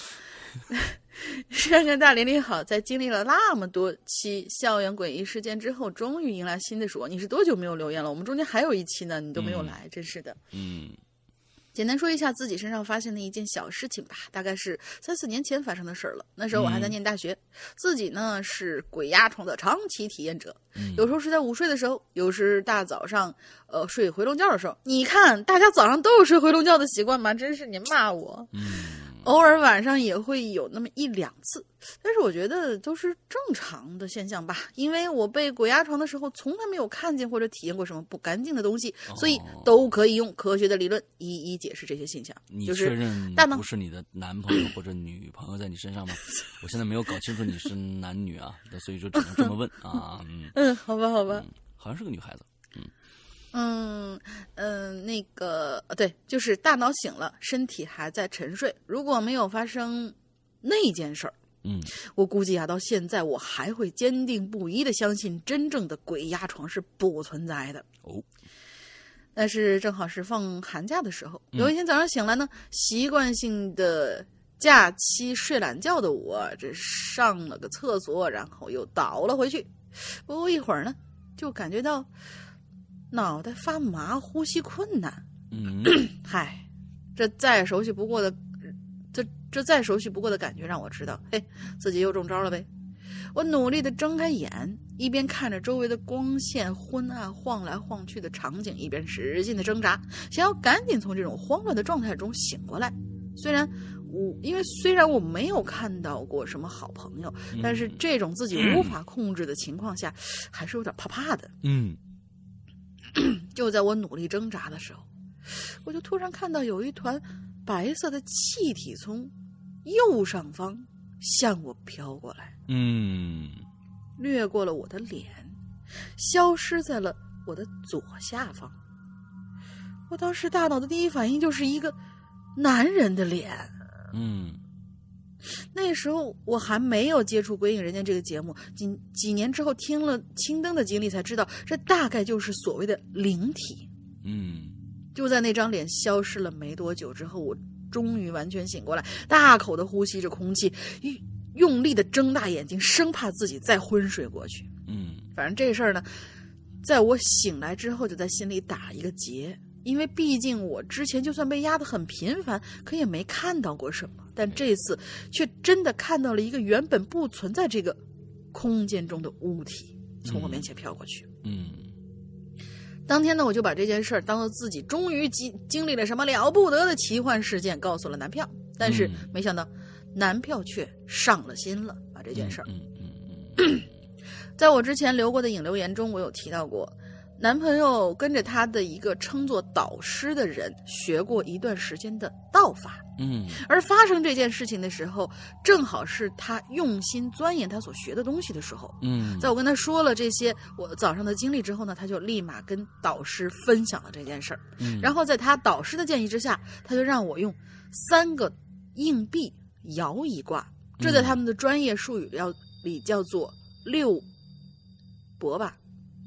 B: 山哥大林里好，在经历了那么多期校园诡异事件之后，终于迎来新的说。你是多久没有留言了？我们中间还有一期呢，你都没有来，真是的。简单说一下自己身上发现的一件小事情吧，大概是3-4年前发生的事儿了。那时候我还在念大学，自己呢是鬼压床的长期体验者，有时候是在午睡的时候，有时大早上睡回笼觉的时候。你看大家早上都有睡回笼觉的习惯吗？真是你骂我。偶尔晚上也会有那么1-2次，但是我觉得都是正常的现象吧，因为我被鬼压床的时候从来没有看见或者体验过什么不干净的东西，所以都可以用科学的理论一一解释这些现象。
A: 你确认不是你的男朋友或者女朋友在你身上吗？我现在没有搞清楚你是男女啊，所以说只能这么问啊。
B: 好吧，
A: 好像是个女孩子。
B: 那个对，就是大脑醒了，身体还在沉睡。如果没有发生那件事儿，我估计啊，到现在我还会坚定不移的相信真正的鬼压床是不存在的。但是正好是放寒假的时候，有一天早上醒来呢，习惯性的假期睡懒觉的我，这上了个厕所，然后又倒了回去。不过一会儿呢，就感觉到脑袋发麻，呼吸困难。嗨，这再熟悉不过的感觉让我知道，自己又中招了呗。我努力的睁开眼，一边看着周围的光线昏暗晃来晃去的场景，一边使劲的挣扎，想要赶紧从这种慌乱的状态中醒过来。虽然我没有看到过什么好朋友，但是这种自己无法控制的情况下，还是有点怕怕的。就在我努力挣扎的时候，我就突然看到有一团白色的气体从右上方向我飘过来，掠过了我的脸，消失在了我的左下方。我当时大脑的第一反应就是一个男人的脸。那时候我还没有接触《鬼影人间》这个节目，几年之后听了青灯的经历才知道，这大概就是所谓的灵体。就在那张脸消失了没多久之后，我终于完全醒过来，大口的呼吸着空气，用力的睁大眼睛，生怕自己再昏睡过去。反正这事儿呢，在我醒来之后就在心里打一个结，因为毕竟我之前就算被压得很频繁，可也没看到过什么，但这次却真的看到了一个原本不存在这个空间中的物体从我面前飘过去。当天呢，我就把这件事儿当做自己终于经历了什么了不得的奇幻事件告诉了男票，但是没想到男票却上了心了，把这件事儿。在我之前留过的影留言中，我有提到过，男朋友跟着他的一个称作导师的人学过一段时间的道法。而发生这件事情的时候，正好是他用心钻研他所学的东西的时候。在我跟他说了这些我早上的经历之后呢，他就立马跟导师分享了这件事儿。然后在他导师的建议之下，他就让我用3个硬币摇一卦，这在他们的专业术语里叫做六博吧。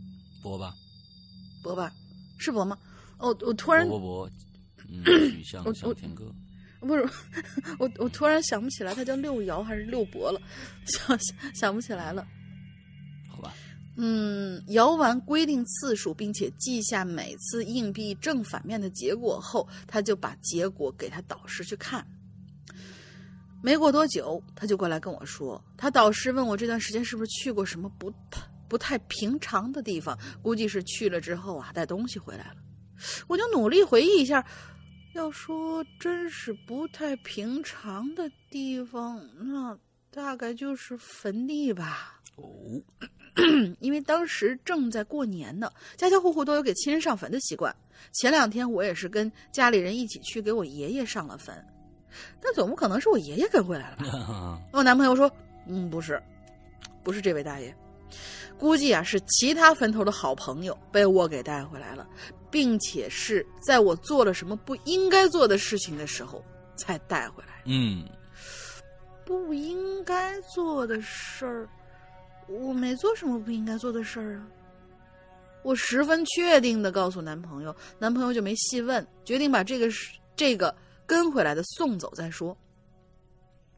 B: 博吧，是博吗？我突然
A: 取向向天歌。
B: 不是，我突然想不起来，它叫六爻还是六博了，想不起来了。
A: 好吧。
B: 摇完规定次数，并且记下每次硬币正反面的结果后，他就把结果给他导师去看。没过多久，他就过来跟我说，他导师问我这段时间是不是去过什么不太平常的地方，估计是去了之后啊带东西回来了。我就努力回忆一下，要说真是不太平常的地方，那大概就是坟地吧。因为当时正在过年呢，家家户户都有给亲人上坟的习惯。前2天我也是跟家里人一起去给我爷爷上了坟，但总不可能是我爷爷跟回来了吧？我男朋友说，不是这位大爷，估计啊是其他坟头的好朋友被我给带回来了，并且是在我做了什么不应该做的事情的时候才带回来。不应该做的事儿，我没做什么不应该做的事儿啊。我十分确定地告诉男朋友，男朋友就没细问，决定把这个跟回来的送走再说。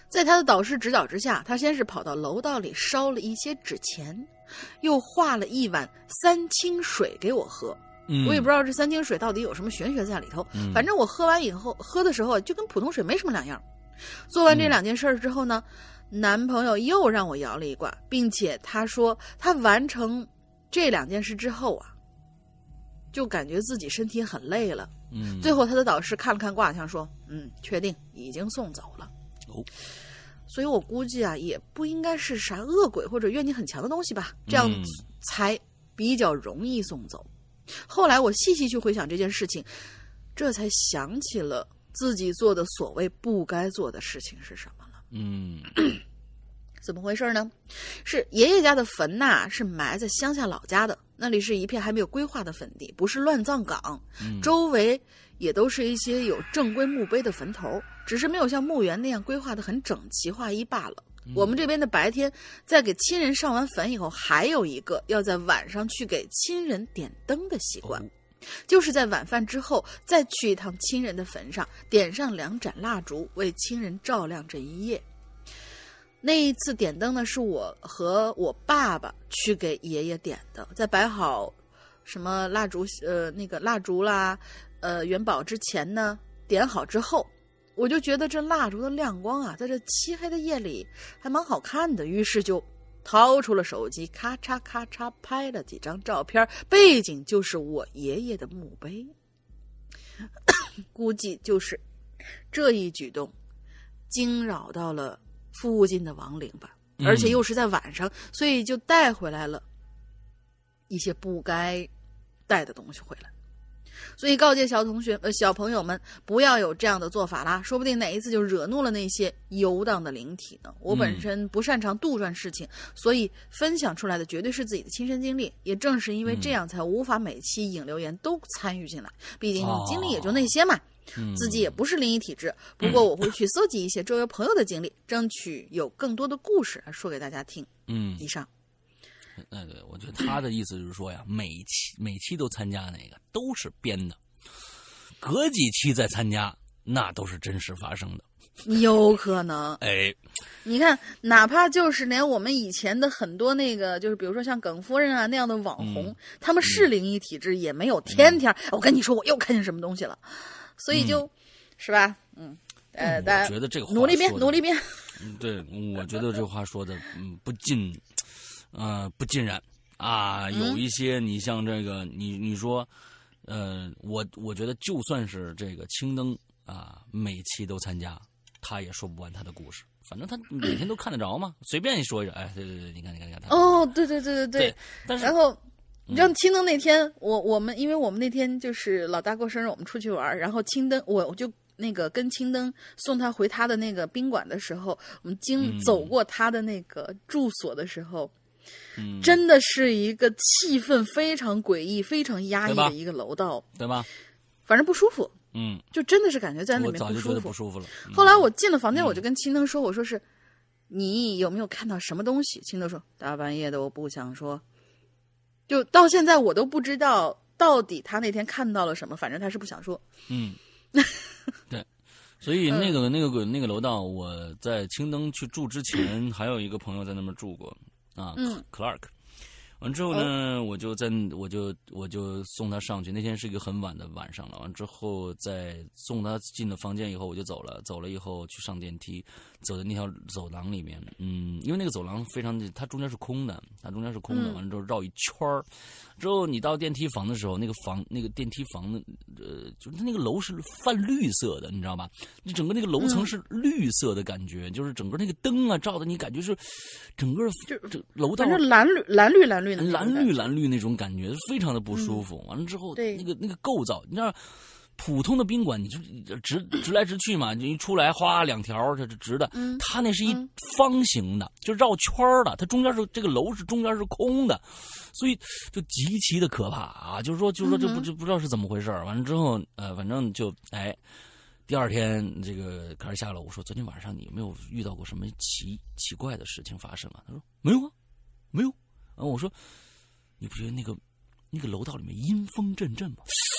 B: 在他的导师指导之下，他先是跑到楼道里烧了一些纸钱，又化了一碗三清水给我喝。我也不知道这三清水到底有什么玄学在里头，反正我喝完以后，喝的时候就跟普通水没什么两样。做完这2件事之后呢，男朋友又让我摇了一卦，并且他说他完成这2件事之后啊，就感觉自己身体很累了。最后他的导师看了看卦象说，确定已经送走了。所以我估计啊，也不应该是啥恶鬼或者怨念很强的东西吧，这样才比较容易送走。后来我细细去回想这件事情，这才想起了自己做的所谓不该做的事情是什么了。怎么回事呢？是爷爷家的坟呐，是埋在乡下老家的，那里是一片还没有规划的坟地，不是乱葬岗，周围也都是一些有正规墓碑的坟头，只是没有像墓园那样规划的很整齐划一罢了。我们这边的白天在给亲人上完坟以后，还有一个要在晚上去给亲人点灯的习惯，就是在晚饭之后再去一趟亲人的坟上，点上2盏蜡烛，为亲人照亮这一夜。那一次点灯呢，是我和我爸爸去给爷爷点的，在摆好什么蜡烛那个蜡烛啦元宝之前呢，点好之后，我就觉得这蜡烛的亮光啊，在这漆黑的夜里还蛮好看的，于是就掏出了手机，咔嚓咔嚓拍了几张照片，背景就是我爷爷的墓碑。估计就是这一举动惊扰到了附近的亡灵吧，而且又是在晚上，所以就带回来了一些不该带的东西回来。所以告诫小朋友们不要有这样的做法啦，说不定哪一次就惹怒了那些游荡的灵体呢。我本身不擅长杜撰事情，所以分享出来的绝对是自己的亲身经历，也正是因为这样才无法每期引留言都参与进来，毕竟经历也就那些嘛。自己也不是灵异体质，不过我会去搜集一些周围朋友的经历，争取有更多的故事来说给大家听。以上。
A: 对，我觉得他的意思就是说呀，每期都参加那个都是编的，隔几期再参加那都是真实发生的。
B: 有可能。 你看，哪怕就是连我们以前的很多那个，就是比如说像耿夫人啊那样的网红，他们是灵异体质，也没有天天我跟你说我又看见什么东西了。所以是吧？大家
A: 觉得这个话
B: 努力编。
A: 对，我觉得这话说的不尽然啊。有一些你像这个，你说，我觉得就算是这个青灯啊，每期都参加，他也说不完他的故事。反正他每天都看得着嘛，随便一说一说，对，你看他。
B: 哦，对。
A: 但是
B: 然后。你知道青灯那天，我们因为我们那天就是老大过生日，我们出去玩，然后青灯我就那个跟青灯送他回他的那个宾馆的时候，我们走过他的那个住所的时候，真的是一个气氛非常诡异、非常压抑的一个楼道，
A: 对吧？
B: 反正不舒服，就真的是感觉在那里面
A: 我早就觉得不舒服了。
B: 后来我进了房间，我就跟青灯说，我说是你有没有看到什么东西？青灯说大半夜的我不想说。就到现在我都不知道到底他那天看到了什么，反正他是不想说。
A: 对，所以那个楼道，我在青灯去住之前，还有一个朋友在那边住过啊，Clark。完之后呢，我就送他上去。那天是一个很晚的晚上了。完之后，在送他进了房间以后，我就走了。走了以后去上电梯，走在那条走廊里面。因为那个走廊非常，它中间是空的，完了之后绕一圈儿。之后你到电梯房的时候，那个电梯房的，就是它那个楼是泛绿色的，你知道吧？你整个那个楼层是绿色的感觉，就是整个那个灯啊照的，你感觉是整个这楼道
B: 反正蓝
A: 绿那种感觉，非常的不舒服。完了之后，那个构造，你知道。普通的宾馆你就直来直去嘛，你一出来哗2条这是直的，它那是一方形的，就绕圈的，它中间是这个楼是中间是空的，所以就极其的可怕啊！就是说这不知道是怎么回事。完了之后反正就第二天这个开始下楼，我说昨天晚上你有没有遇到过什么奇怪的事情发生啊？他说没有啊，没有。然后我说你不觉得那个楼道里面阴风阵阵吗？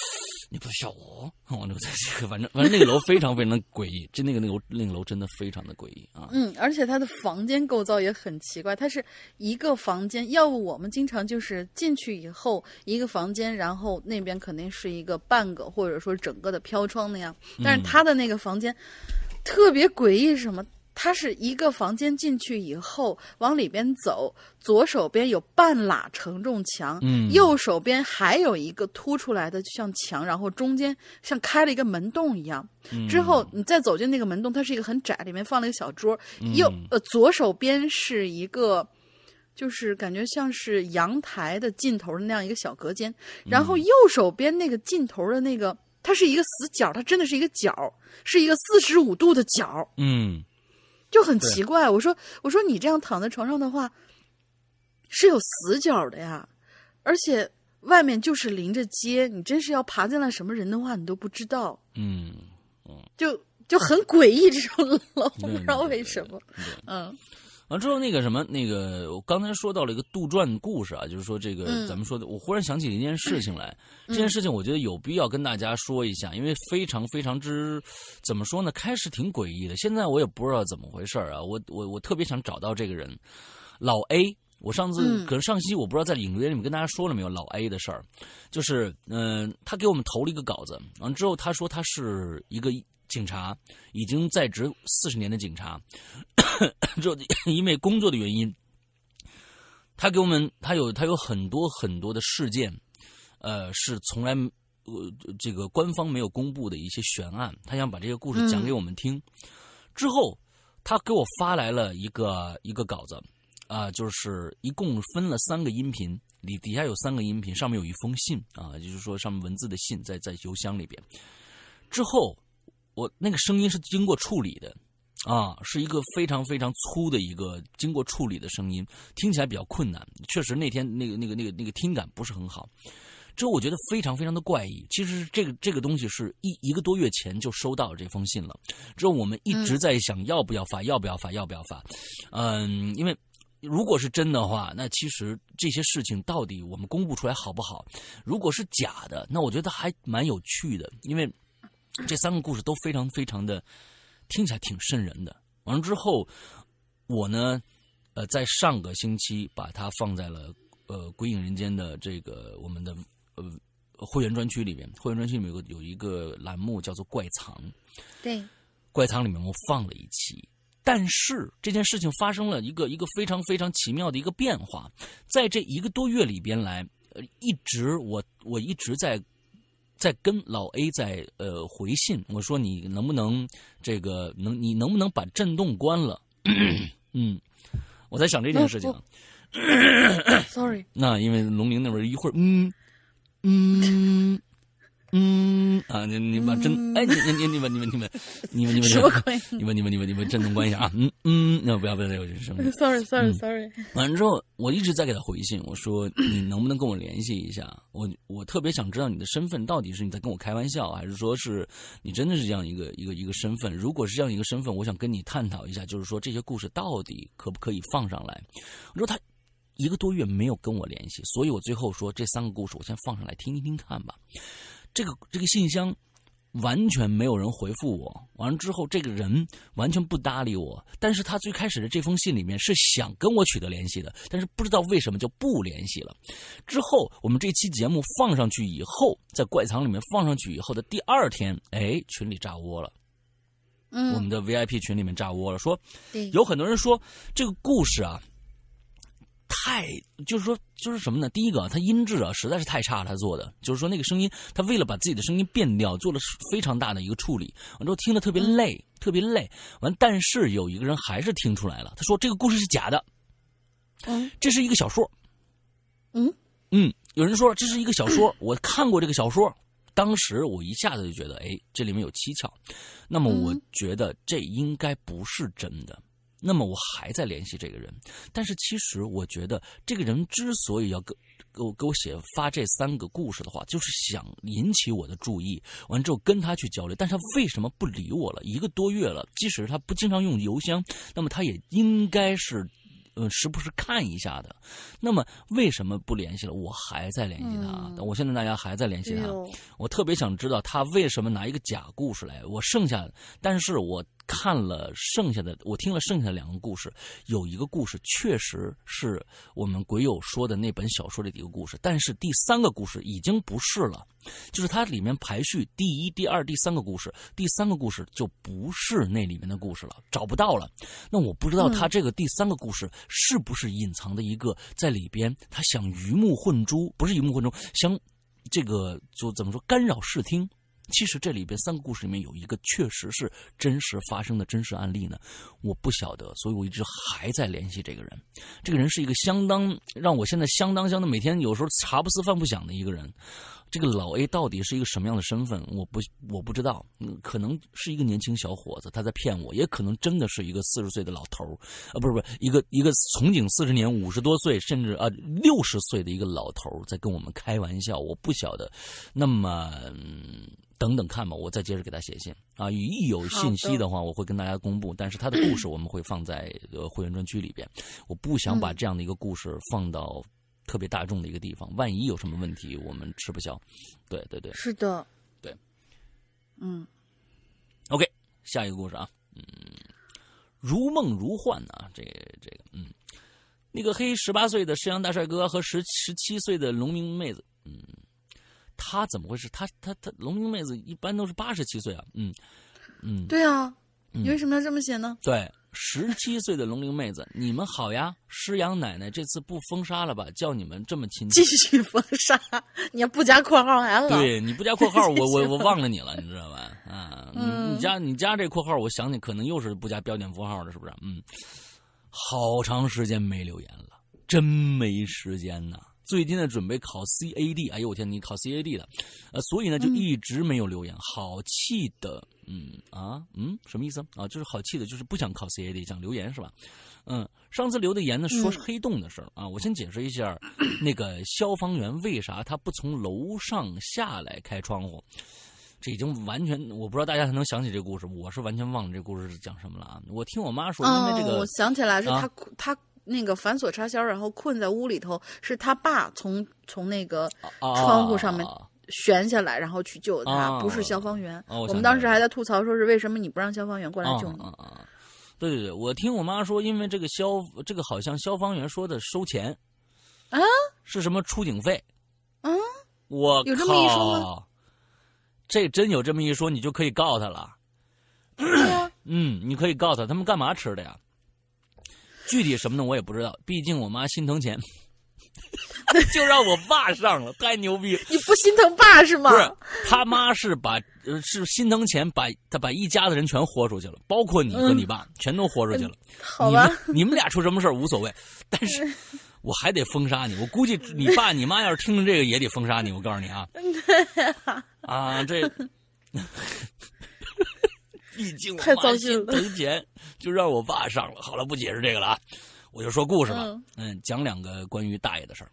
A: 你不笑我，我就在这个，反正那个楼非常非常的诡异，那个楼真的非常的诡异啊。
B: 而且它的房间构造也很奇怪，它是一个房间，要不我们经常就是进去以后一个房间，然后那边肯定是一个半个或者说整个的飘窗那样，但是它的那个房间特别诡异，是什么？它是一个房间进去以后往里边走，左手边有半拉承重墙，右手边还有一个凸出来的像墙，然后中间像开了一个门洞一样。之后你再走进那个门洞，它是一个很窄，里面放了一个小桌。左手边是一个就是感觉像是阳台的尽头的那样一个小隔间，然后右手边那个尽头的那个，它是一个死角，它真的是一个角，是一个45度的角。就很奇怪，我说你这样躺在床上的话，是有死角的呀，而且外面就是临着街，你真是要爬进来什么人的话，你都不知道。就很诡异这种楼，不知道为什么。
A: 完之后那个什么我刚才说到了一个杜撰故事啊，就是说这个咱们说的，我忽然想起一件事情来，这件事情我觉得有必要跟大家说一下，因为非常非常之怎么说呢，开始挺诡异的，现在我也不知道怎么回事啊，我特别想找到这个人，老 A。我上次可能上期我不知道在影留言里面跟大家说了没有老 A 的事儿，就是他给我们投了一个稿子，完之后他说他是一个警察，已经在职40年的警察，之后因为工作的原因，他给我们他有很多很多的事件，是从来这个官方没有公布的一些悬案，他想把这个故事讲给我们听。之后他给我发来了一个稿子。就是一共分了3个音频，底下有3个音频，上面有一封信啊，就是说上面文字的信在邮箱里边。之后我那个声音是经过处理的啊，是一个非常非常粗的一个经过处理的声音，听起来比较困难，确实那天那个听感不是很好。之后我觉得非常非常的怪异，其实这个东西是一个多月前就收到这封信了。之后我们一直在想要不要发，因为如果是真的话，那其实这些事情到底我们公布出来好不好？如果是假的，那我觉得还蛮有趣的，因为这3个故事都非常非常的听起来挺瘆人的。完了之后，我呢，在上个星期把它放在了鬼影人间的这个我们的会员专区里面。会员专区里面有一个栏目叫做怪藏，
B: 对，
A: 怪藏里面我放了一期。但是这件事情发生了一个非常非常奇妙的一个变化，在这1个多月里边来，我一直在跟老 A 在回信，我说你能不能你能不能把震动关了？我在想这件事情。
B: Sorry，
A: 那因为龙玲那边一会儿你把震哎你们
B: 什么鬼？
A: 你们震动关一下啊！那不要有这声音。
B: Sorry。
A: 完了之后，我一直在给他回信，我说你能不能跟我联系一下？我特别想知道你的身份到底是你在跟我开玩笑，还是说是你真的是这样一个身份？如果是这样一个身份，我想跟你探讨一下，就是说这些故事到底可不可以放上来？我说他1个多月没有跟我联系，所以我最后说这3个故事我先放上来听一听看吧。这个信箱完全没有人回复我，完了之后这个人完全不搭理我，但是他最开始的这封信里面是想跟我取得联系的，但是不知道为什么就不联系了。之后我们这期节目放上去以后，在怪藏里面放上去以后的第2天，群里炸窝了。我们的 VIP 群里面炸窝了，说有很多人说这个故事啊就是什么呢？第一个，他音质啊实在是太差了，他做的就是说那个声音，他为了把自己的声音变调，做了非常大的一个处理，完之后听得特别累，特别累。完，但是有一个人还是听出来了，他说这个故事是假的，这是一个小说。有人说这是一个小说，我看过这个小说，当时我一下子就觉得，这里面有蹊跷。那么我觉得这应该不是真的。那么我还在联系这个人，但是其实我觉得这个人之所以要给我发这3个故事的话，就是想引起我的注意，完之后跟他去交流。但是他为什么不理我了？1个多月了，即使他不经常用邮箱，那么他也应该是时不时看一下的。那么为什么不联系了？我还在联系他，我现在大家还在联系他。我特别想知道他为什么拿一个假故事来。但是我看了剩下的，我听了剩下的2个故事，有一个故事确实是我们鬼友说的那本小说里的一个故事，但是第3个故事已经不是了，就是它里面排序第1、第2、第3个故事，第3个故事就不是那里面的故事了，找不到了。那我不知道他这个第3个故事是不是隐藏的一个在里边，他想鱼目混珠，不是鱼目混珠，想这个就怎么说干扰视听。其实这里边3个故事里面有一个确实是真实发生的真实案例呢，我不晓得，所以我一直还在联系这个人。这个人是一个让我现在相当每天有时候茶不思饭不想的一个人。这个老 A 到底是一个什么样的身份，我不知道，可能是一个年轻小伙子他在骗我，也可能真的是一个40岁的老头不是一个从警40年50多岁甚至60岁的一个老头在跟我们开玩笑，我不晓得。那么等等看吧，我再接着给他写信啊。一有信息的话，我会跟大家公布。但是他的故事我们会放在会员专区里边，我不想把这样的一个故事放到特别大众的一个地方，万一有什么问题，我们吃不消。对对对，
B: 是的，
A: 对，OK， 下一个故事啊，如梦如幻啊，这个，那个黑18岁的山羊大帅哥和17岁的农民妹子，他怎么回事？他农民妹子一般都是87岁啊，
B: 对啊，你为什么要这么写呢？
A: 对。17岁的农龄妹子，你们好呀！师阳奶奶这次不封杀了吧？叫你们这么亲切，
B: 继续封杀，你要不加括号还了？
A: 对，你不加括号，我忘了你了，你知道吧？啊，你加这括号，我想你可能又是不加标点符号的，是不是？好长时间没留言了，真没时间呐。最近呢，准备考 CAD， 哎呦我天，你考 CAD 的，所以呢就一直没有留言，好气的，什么意思啊？就是好气的，就是不想考 CAD， 想留言是吧？上次留的言呢，说是黑洞的事儿啊，我先解释一下，那个消防员为啥他不从楼上下来开窗户？这已经完全，我不知道大家还能想起这个故事，我是完全忘了这个故事是讲什么了啊！我听我妈说，因为这个，
B: 我想起来是他那个反锁插销，然后困在屋里头，是他爸从那个窗户上面悬下来，然后去救他，不是消防员。我们当时还在吐槽，说是为什么你不让消防员过来救你？
A: 对对对，我听我妈说，因为这个好像消防员说的收钱
B: 啊，
A: 是什么出警费？
B: 我有这么一说吗？
A: 这真有这么一说，你就可以告他了。
B: 对呀，
A: 你可以告他，他们干嘛吃的呀？具体什么呢？我也不知道，毕竟我妈心疼钱，就让我爸上了，太牛逼了！
B: 你不心疼爸是吗？
A: 不是，他妈是心疼钱，把一家子人全豁出去了，包括你和你爸，全都豁出去了。
B: 好吧，
A: 你们俩出什么事儿无所谓，但是我还得封杀你。我估计你爸你妈要是听着这个也得封杀你。我告诉你啊，这。毕竟我妈心疼钱，就让我爸上了。好了，不解释这个了啊，我就说故事吧。讲2个关于大爷的事儿。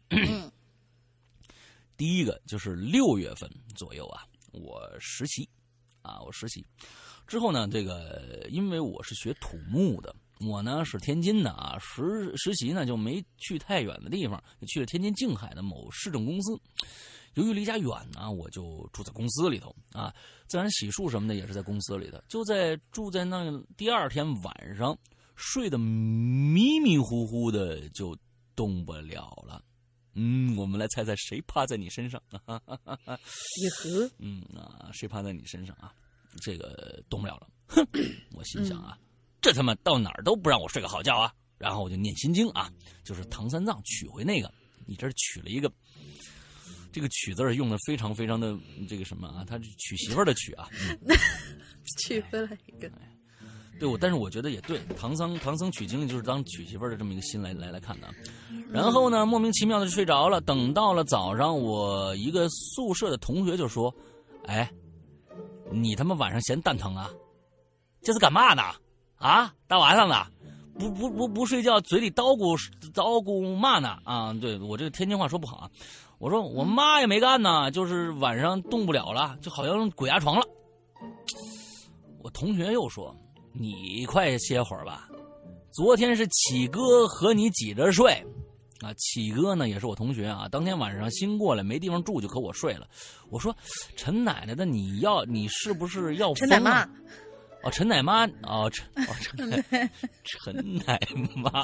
A: 第一个就是6月份左右啊，我实习之后呢，这个因为我是学土木的，我呢是天津的啊，实习呢就没去太远的地方，就去了天津静海的某市政公司。由于离家远呢，我就住在公司里头啊，自然洗漱什么的也是在公司里的。住在那第2天晚上，睡得迷迷糊糊的就动不了了。我们来猜猜谁趴在你身上？
B: 也和
A: 谁趴在你身上啊？这个动不了了。哼，我心想啊，这他妈到哪儿都不让我睡个好觉啊！然后我就念心经啊，就是唐三藏取回那个，你这取了一个。这个取字用的非常非常的这个什么啊？他娶媳妇儿的娶啊，
B: 取回来一个。
A: 对，但是我觉得也对，唐僧取经就是当娶媳妇儿的这么一个心来看的。然后呢，莫名其妙的就睡着了。等到了早上，我一个宿舍的同学就说：“哎，你他妈晚上嫌蛋疼啊？这是干嘛呢？啊，大晚上的，不睡觉，嘴里叨咕嘛呢？啊，对我这个天津话说不好啊。”我说我妈也没干呢，就是晚上动不了了，就好像鬼压床了。我同学又说：“你快歇会儿吧， 昨天是启哥和你挤着睡啊，启哥呢也是我同学啊，当天晚上新过来没地方住就和我睡了。我说陈奶奶的，你是不是要疯啊？
B: 陈奶妈
A: 哦，陈奶妈哦，陈奶妈。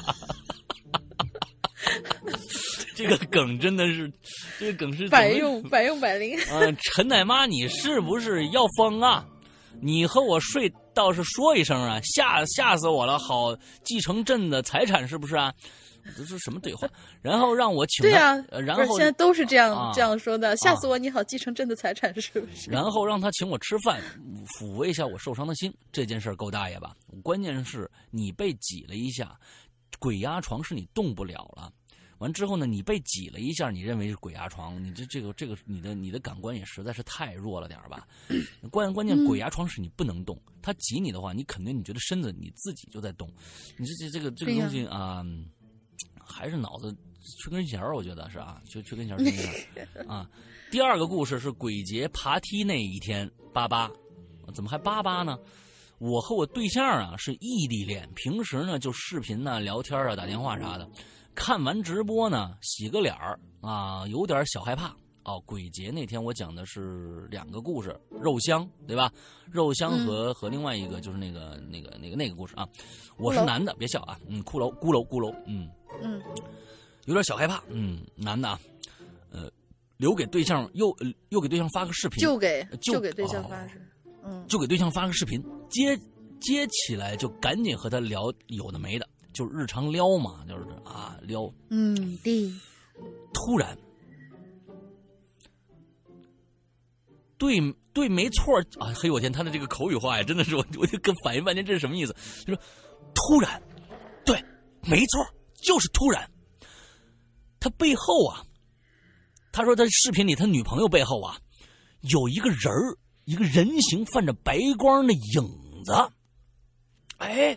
A: 这个梗真的是，这个梗是
B: 百用百灵。
A: 陈奶妈，你是不是要疯啊？你和我睡倒是说一声啊，吓死我了！好继承朕的财产是不是啊？这是什么对话？然后让我请他，
B: 对啊，
A: 然后
B: 现在都是这样说的，吓死我！你好，继承朕的财产是不是？
A: 然后让他请我吃饭，抚慰一下我受伤的心。这件事够大爷吧？关键是你被挤了一下，鬼压床是你动不了了。完之后呢，你被挤了一下，你认为是鬼压床，你这个你的感官也实在是太弱了点吧？关键鬼压床是你不能动，他挤你的话，你肯定你觉得身子你自己就在动，你这个东西啊，还是脑子缺根弦，我觉得是啊，缺根弦啊。第二个故事是鬼节爬梯那一天88，怎么还88呢？我和我对象啊是异地恋，平时呢就视频呢聊天啊打电话啥的。看完直播呢，洗个脸儿啊，有点小害怕哦。鬼节那天我讲的是2个故事，肉香对吧？肉香和另外一个就是那个故事啊。我是男的，别笑啊，骷髅，有点小害怕，男的啊，留给对象又给对象发个视频，
B: 就给对象发视，
A: 就给对象发个视频，接起来就赶紧和他聊有的没的。就是日常撩嘛，就是啊撩。突然，对，没错啊！嘿，我天，他的这个口语化呀，真的是我就跟反应半天，这是什么意思？就是突然，对，没错，就是突然。他背后啊，他说他视频里他女朋友背后啊，有一个人儿，一个人形泛着白光的影子，哎。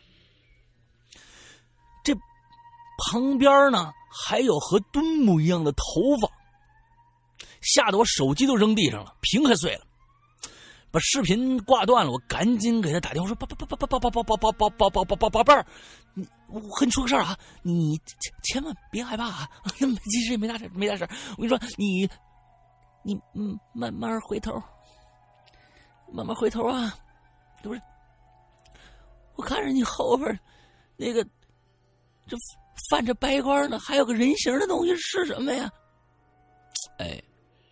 A: 旁边呢还有和墩木一样的头发，吓得我手机都扔地上了，屏还碎了。把视频挂断了，我赶紧给他打电话说：“宝贝儿，我和你说个事儿啊，你千万别害怕啊，其实也没大事。我跟你说，你慢慢回头啊，不是，我看着你后边那个这。”泛着白光的，还有个人形的东西是什么呀？哎，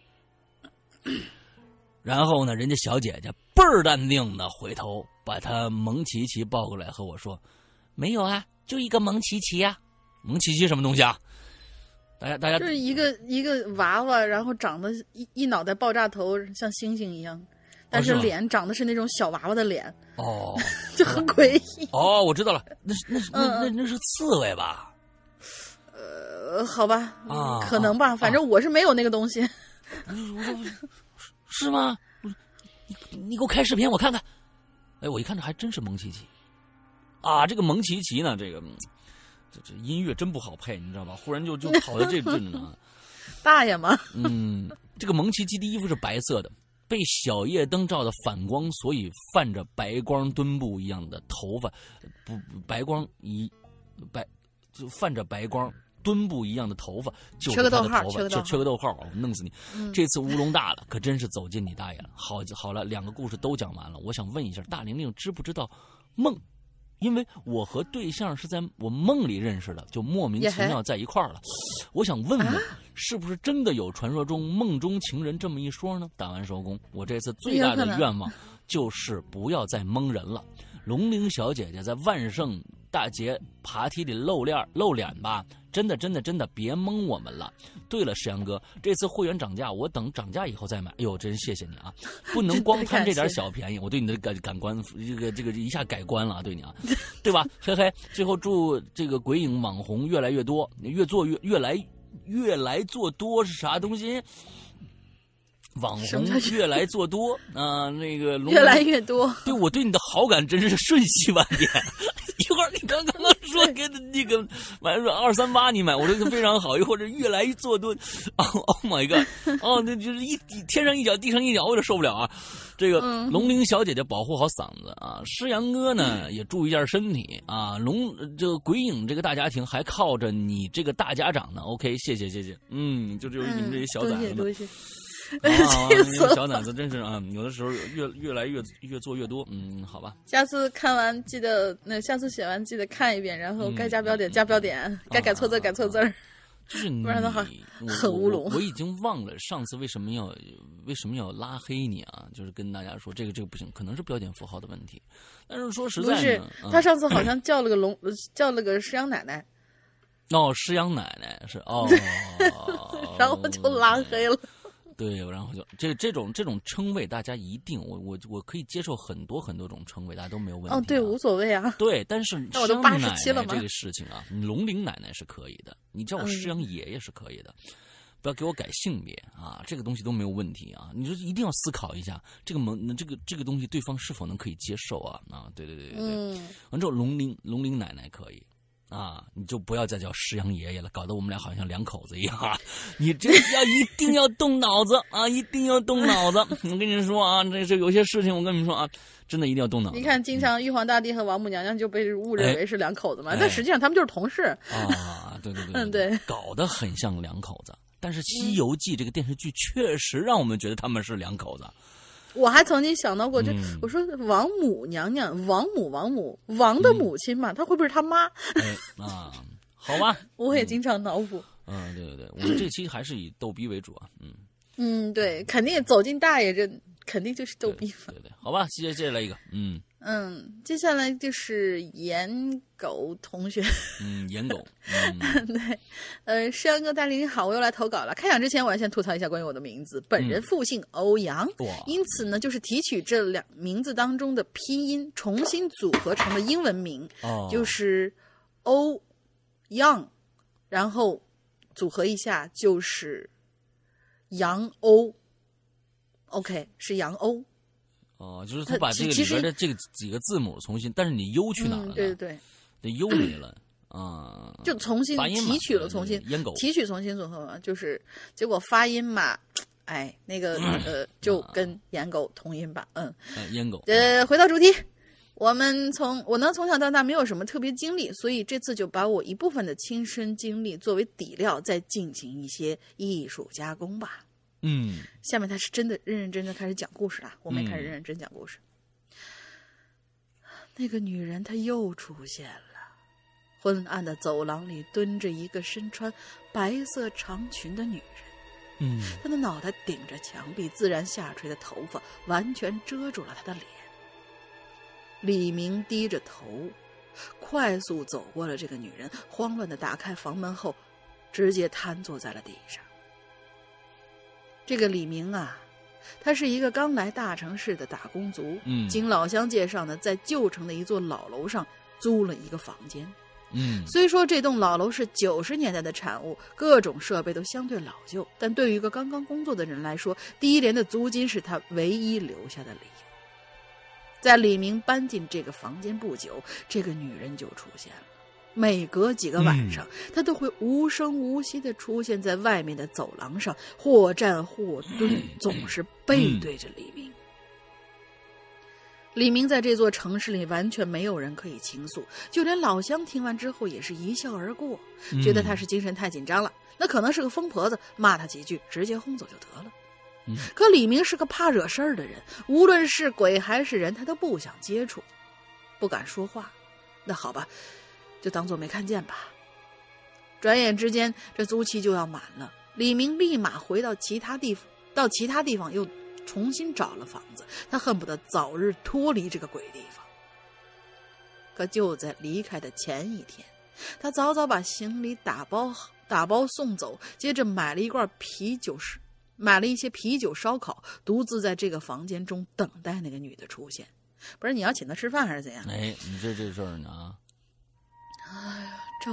A: 然后呢，人家小姐姐倍儿淡定的回头把她蒙奇奇抱过来和我说：“没有啊，就一个蒙奇奇呀。”蒙奇奇什么东西啊？大家
B: 就是一个娃娃，然后长得一脑袋爆炸头，像星星一样，但是脸长得是那种小娃娃的脸。
A: 哦，
B: 就很诡异。
A: 哦，我知道了，那是刺猬吧？
B: 好吧，可能吧，反正我是没有那个东西。
A: 是吗？你给我开视频我看看。哎，我一看这还真是蒙奇奇啊！这个蒙奇奇呢，这音乐真不好配，你知道吧？忽然就跑到这呢。
B: 大爷嘛。
A: 这个蒙奇奇的衣服是白色的，被小夜灯照的反光，所以泛着白光墩布一样的头发，就泛着白光。墩布一样的头发，就是他的头发，缺个逗号，我弄死你！这次乌龙大了，可真是走进你大爷了。好了，2个故事都讲完了，我想问一下，大玲玲知不知道梦？因为我和对象是在我梦里认识的，就莫名其妙在一块儿了。我想问问，是不是真的有传说中梦中情人这么一说呢？打完收工，我这次最大的愿望就是不要再蒙人了。龙玲小姐姐在万圣大节爬梯里露脸吧，真的别蒙我们了。对了，石阳哥，这次会员涨价，我等涨价以后再买。哎呦，真谢谢你啊！不能光贪这点小便宜，我对你的感官这个一下改观了，对你啊，对吧？嘿嘿，最后祝这个鬼影网红越来越多，越来做多是啥东西？网红越来做多啊，那个
B: 越来越多。
A: 对，我对你的好感真是瞬息万变。一会儿你刚说给那个买238你买，我说非常好。一会儿越来越做多，Oh my god！ 哦，那就是天上一脚地上一脚，我有点受不了啊。 这个龙玲小姐姐保护好嗓子啊，诗阳哥呢也注意一下身体啊。这个鬼影这个大家庭还靠着你这个大家长呢。OK， 谢谢。就只有你们这些小崽子们。小崽子真是啊，有的时候越来越做越多。好吧。
B: 下次看完记得下次写完记得看一遍，然后该加标点加标点，该改错字改错字。
A: 就是
B: 不然的话很乌龙。
A: 我已经忘了上次为什么要拉黑你啊？就是跟大家说这个不行，可能是标点符号的问题。但是说实在的，
B: 不是他上次好像叫了个诗阳奶奶。
A: 诗阳奶奶是
B: 然后就拉黑了。
A: 对，然后就这种称谓，大家一定我可以接受很多种称谓，大家都没有问题。
B: 对，无所谓啊。
A: 对，但是
B: 那我都87了嘛，
A: 这个事情啊，你龙玲奶奶是可以的，你叫我诗阳爷爷是可以的，不要给我改性别啊，这个东西都没有问题啊。你就一定要思考一下这个东西对方是否能可以接受啊。对。完之后龙玲奶奶可以。你就不要再叫诗阳爷爷了，搞得我们俩好像两口子一样啊！你这一定要动脑子啊，一定要动脑子！我跟你说啊，这有些事情我跟你们说啊，真的一定要动脑子。
B: 你看，经常玉皇大帝和王母娘娘就被误认为是两口子嘛，但实际上他们就是同事
A: 啊！对，
B: 对，
A: 搞得很像两口子。但是《西游记》这个电视剧确实让我们觉得他们是两口子。
B: 我还曾经想到过，我说王母娘娘，王的母亲嘛，她会不会是他妈？
A: 好吧。
B: 我也经常脑补。
A: 对，我们这期还是以逗逼为主啊。
B: 对，肯定走进大爷这肯定就是逗逼嘛。
A: 对，好吧，接下来一个。
B: 接下来就是颜狗同学。
A: 颜狗。
B: 对，诗阳哥大林好，我又来投稿了。开讲之前，我要先吐槽一下关于我的名字，本人复姓欧阳，因此呢，就是提取这两名字当中的拼音，重新组合成的英文名，就是欧阳，然后组合一下就是杨欧。OK， 是杨欧。
A: 就是他把这个里边的这个几个字母重新，但是你 U 去哪了呢？
B: 对，
A: 这 U 没了
B: 就重新提取了，重新提取，重新组合嘛，就是结果发音嘛，那个就跟颜狗同音吧，
A: 颜狗。
B: 回到主题，我呢从小到大没有什么特别经历，所以这次就把我一部分的亲身经历作为底料，再进行一些艺术加工吧。下面他是真的认认真真开始讲故事了，我们也开始认认真讲故事。那个女人她又出现了，昏暗的走廊里蹲着一个身穿白色长裙的女人，她的脑袋顶着墙壁，自然下垂的头发完全遮住了她的脸。李明低着头，快速走过了这个女人，慌乱地打开房门后，直接瘫坐在了地上。这个李明啊，他是一个刚来大城市的打工族，经老乡介绍呢，在旧城的一座老楼上租了一个房间。虽说这栋老楼是90年代的产物，各种设备都相对老旧，但对于一个刚刚工作的人来说，低廉的租金是他唯一留下的理由。在李明搬进这个房间不久，这个女人就出现了。每隔几个晚上，他都会无声无息地出现在外面的走廊上，或站或蹲，总是背对着李明。李明在这座城市里完全没有人可以倾诉，就连老乡听完之后也是一笑而过，觉得他是精神太紧张了，那可能是个疯婆子，骂他几句直接轰走就得了。可李明是个怕惹事儿的人，无论是鬼还是人，他都不想接触，不敢说话。那好吧，就当作没看见吧。转眼之间，这租期就要满了，李明立马回到其他地方又重新找了房子，他恨不得早日脱离这个鬼地方。可就在离开的前一天，他早早把行李打包送走，接着买了一些啤酒烧烤，独自在这个房间中等待那个女的出现。不是你要请她吃饭还是怎样？
A: 你这事儿呢？
B: 哎呀，找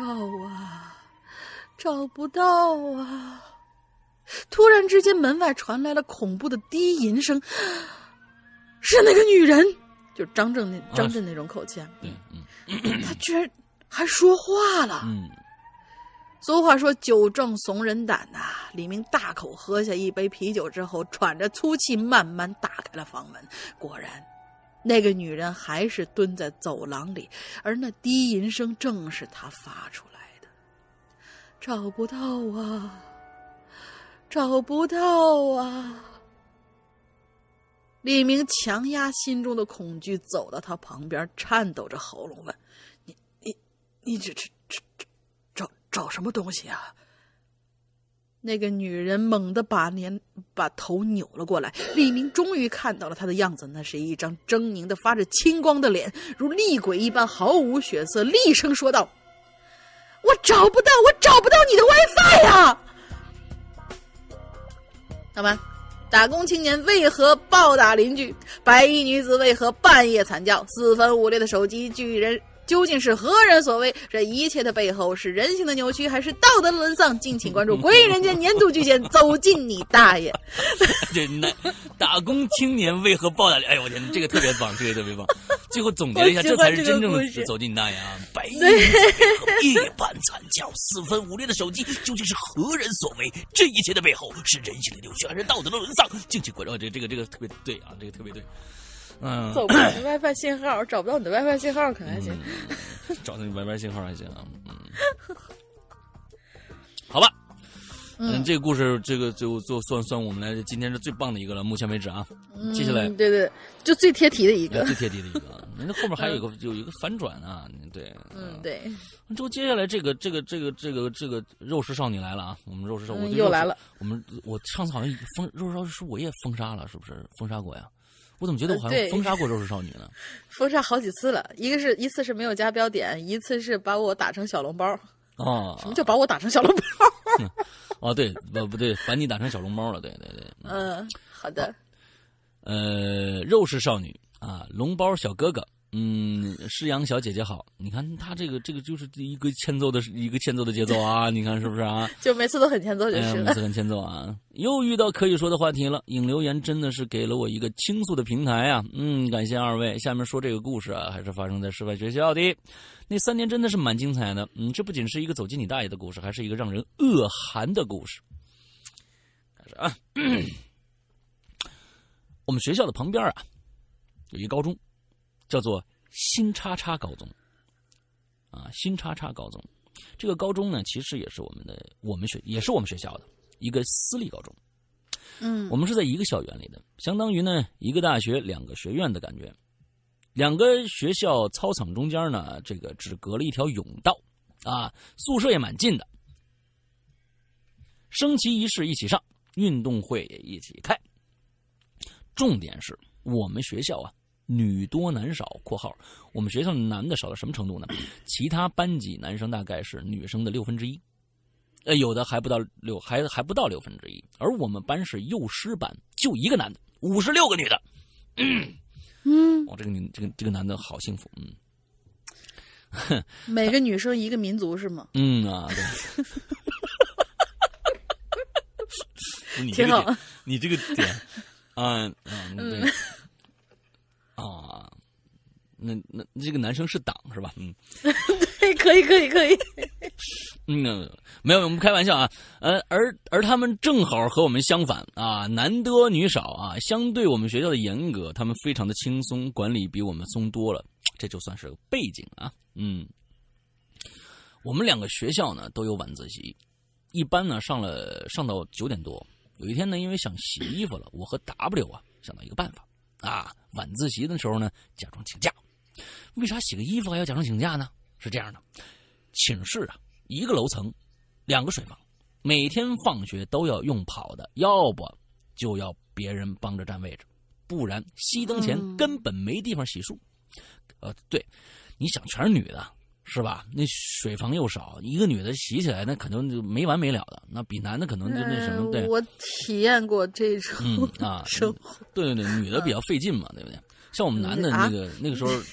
B: 不到啊！突然之间，门外传来了恐怖的低吟声，是那个女人，就是张震那种口气啊。
A: 对，
B: 她居然还说话了。 俗话说酒正怂人胆呐，李明大口喝下一杯啤酒之后，喘着粗气慢慢打开了房门。果然那个女人还是蹲在走廊里，而那低吟声正是她发出来的。找不到啊，找不到啊！李明强压心中的恐惧，走到他旁边，颤抖着喉咙问：“你找什么东西啊？”那个女人猛地把头扭了过来，李明终于看到了她的样子，那是一张狰狞的发着青光的脸，如厉鬼一般毫无血色，厉声说道：“我找不到你的 WiFi 呀！”那么打工青年为何暴打邻居？白衣女子为何半夜惨叫？四分五裂的手机巨人究竟是何人所为？这一切的背后是人性的扭曲，还是道德的沦丧？敬请关注《鬼影人间》年度巨献《走进你大爷》。
A: 这打工青年为何暴打？哎呦我天，这个特别棒，这个特别棒。最后总结了一下，这才是真正的走进你大爷啊！白衣女子夜半惨叫，四分五裂的手机究竟是何人所为？这一切的背后是人性的扭曲，还是道德的沦丧？敬请关注。这个特别对啊，这个特别对。
B: 走不到你的 WiFi 信号，找不到你的 WiFi 信号可还行？
A: 找到你 WiFi 信号还行啊。好吧。这个故事，这个就算我们来今天是最棒的一个了，目前为止啊。接下来，
B: 对，就最贴题的一个，
A: 最贴题的一个。那后面还有一个反转啊，对，
B: 对。
A: 之后接下来这个肉食少女来了啊，我们肉食少女
B: 又来了。
A: 我上次好像肉食少女是我也封杀了，是不是封杀过呀？我怎么觉得我好像封杀过肉食少女呢？
B: 封杀好几次了，一次是没有加标点，一次是把我打成小笼包。
A: 哦，
B: 什么叫把我打成小笼包？
A: 哦，对，不对，把你打成小笼包了，对。
B: 好的。
A: 肉食少女啊，笼包小哥哥，诗阳小姐姐好。你看他这个就是一个欠揍的节奏啊，你看是不是啊？
B: 就每次都很欠揍就是了。
A: 每次很欠揍啊！又遇到可以说的话题了，引留言真的是给了我一个倾诉的平台啊！感谢二位。下面说这个故事啊，还是发生在师范学校的。那3年真的是蛮精彩的，这不仅是一个走进你大爷的故事，还是一个让人恶寒的故事。开始啊，我们学校的旁边啊，有一高中，叫做新叉叉高中。啊，新叉叉高中，这个高中呢，其实也是我们学校的一个私立高中。我们是在一个校园里的，相当于呢一个大学2个学院的感觉。2个学校操场中间呢，这个只隔了一条甬道啊，宿舍也蛮近的。升旗仪式一起上，运动会也一起开。重点是我们学校啊，女多男少（括号我们学校男的少到什么程度呢？其他班级男生大概是女生的1/6，有的还不到还不到1/6，而我们班是幼师班，就一个男的，56个女的。这个男的好幸福。
B: 每个女生一个民族是吗？
A: 对。
B: 挺好。
A: 你这个点，对。那这个男生是党是吧？
B: 对，可以。
A: 没有，我们开玩笑啊。而他们正好和我们相反啊，男多女少啊，相对我们学校的严格，他们非常的轻松，管理比我们松多了，这就算是个背景啊。我们2个学校呢都有晚自习，一般呢上到9点多。有一天呢，因为想洗衣服了，我和 W 啊想到一个办法啊，晚自习的时候呢假装请假。为啥洗个衣服还要假装请假呢？是这样的，寝室啊1个楼层2个水房，每天放学都要用跑的，要不就要别人帮着占位置，不然熄灯前根本没地方洗漱。对，你想全是女的是吧？那水房又少，一个女的洗起来那可能就没完没了的，那比男的可能就那什么。对，
B: 我体验过这种生活。
A: 对，女的比较费劲嘛，对不对？像我们男的那个时候，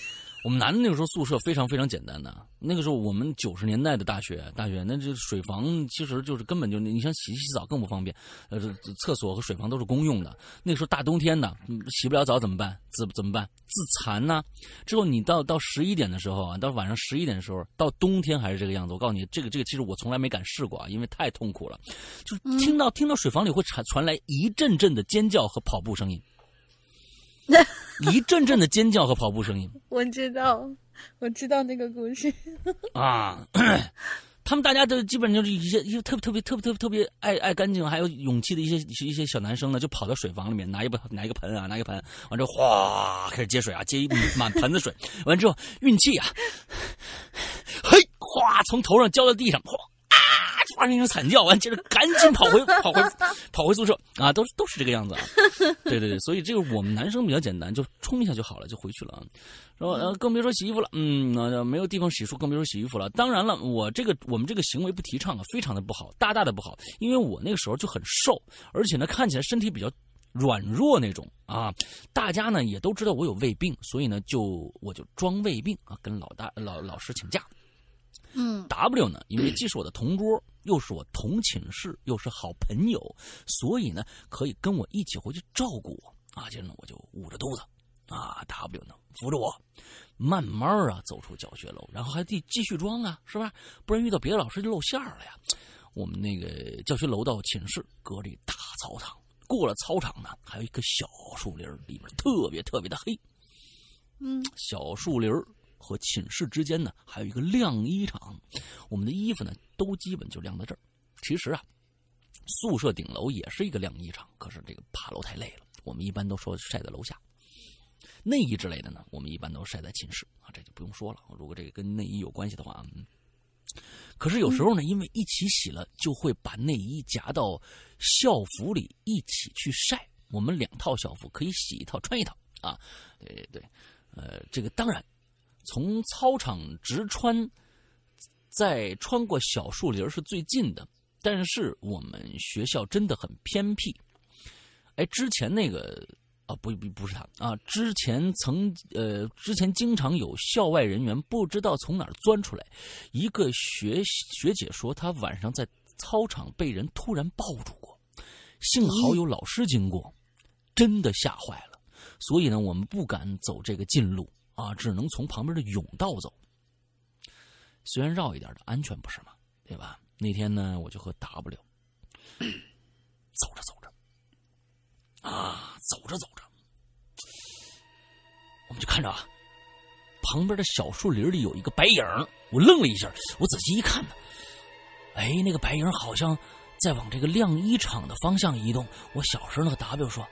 A: 我们男的那个时候宿舍非常非常简单的，那个时候我们90年代的大学，那这水房其实就是根本就你想洗澡更不方便，厕所和水房都是公用的。那个时候大冬天的，洗不了澡怎么办？怎么办？自残呢？之后你到11点的时候啊，到晚上11点的时候，到冬天还是这个样子。我告诉你，这个其实我从来没敢试过啊，因为太痛苦了。就听到水房里会传来一阵阵的尖叫和跑步声音。一阵阵的尖叫和跑步声音，
B: 我知道那个故事
A: 啊。他们大家都基本上就是一些特别爱干净还有勇气的一些小男生呢，就跑到水房里面拿一个盆啊，完之后哗开始接水啊，接一满盆子水，完之后运气啊，嘿哗从头上浇到地上，哗发生一声惨叫，完接着赶紧跑回宿舍啊，都是这个样子啊。对，所以这个我们男生比较简单，就冲一下就好了，就回去了啊。说更别说洗衣服了，没有地方洗漱，更别说洗衣服了。当然了，我们这个行为不提倡啊，非常的不好，大的不好，因为我那个时候就很瘦，而且呢看起来身体比较软弱那种啊。大家呢也都知道我有胃病，所以呢我就装胃病啊，跟老师请假。W 呢，因为既是我的同桌，又是我同寝室，又是好朋友，所以呢可以跟我一起回去照顾我啊。接着呢我就捂着肚子啊 ，W 呢扶着我，慢慢啊走出教学楼，然后还得继续装啊，是吧？不然遇到别的老师就露馅了呀。我们那个教学楼到寝室隔着大操场，过了操场呢还有一个小树林，里面特别的黑。小树林和寝室之间呢还有一个晾衣场，我们的衣服呢都基本就晾在这儿。其实啊，宿舍顶楼也是一个晾衣场，可是这个爬楼太累了，我们一般都说晒在楼下。内衣之类的呢，我们一般都晒在寝室啊，这就不用说了。如果这个跟内衣有关系的话，可是有时候呢，因为一起洗了，就会把内衣夹到校服里一起去晒。我们2套校服可以洗一套穿一套啊。对，这个当然。从操场直穿，再穿过小树林是最近的，但是我们学校真的很偏僻。之前那个啊，不是他啊，之前经常有校外人员不知道从哪儿钻出来，一个学姐说她晚上在操场被人突然抱住过，幸好有老师经过，真的吓坏了。所以呢，我们不敢走这个近路。啊，只能从旁边的甬道走，虽然绕一点的，安全不是吗？对吧？那天呢，我就和 W 走着，我们就看着啊，旁边的小树林里有一个白影，我愣了一下，我仔细一看呢，那个白影好像在往这个晾衣场的方向移动。我小声的和 W 说：“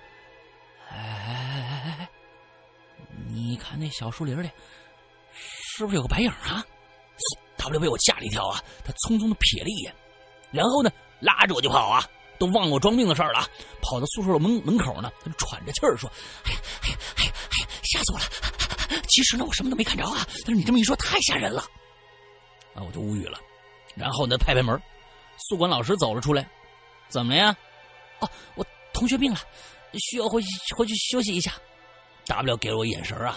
A: 你看那小树林里是不是有个白影啊？” W 被我吓了一跳啊，他匆匆的瞥了一眼，然后呢拉着我就跑啊，都忘了我装病的事儿了。跑到宿舍门口呢，他就喘着气儿说：“哎呀，吓死我了！其实呢，我什么都没看着啊，但是你这么一说，太吓人了。”啊，我就无语了。然后呢，拍门，宿管老师走了出来：“怎么了呀？”“哦，我同学病了，需要回去休息一下。”W 给了我眼神啊，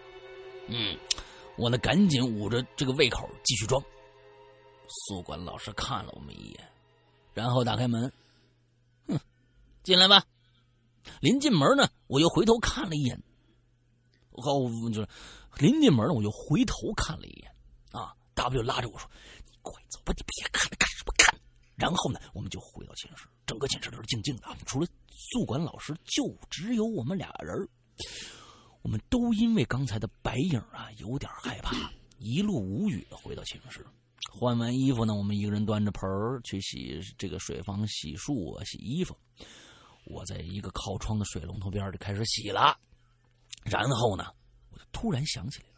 A: 我呢赶紧捂着这个胃口继续装。宿管老师看了我们一眼，然后打开门，进来吧。临进门呢，我又回头看了一眼，就是临进门呢，我又回头看了一眼啊。W 拉着我说：“你快走吧，你别看了，干什么看？”然后呢，我们就回到寝室，整个寝室都是静静的，除了宿管老师，就只有我们俩人。我们都因为刚才的白影啊有点害怕，一路无语的回到寝室。换完衣服呢，我们一个人端着盆去洗这个水房洗漱啊，洗衣服。我在一个靠窗的水龙头边就开始洗了。然后呢，我就突然想起来了，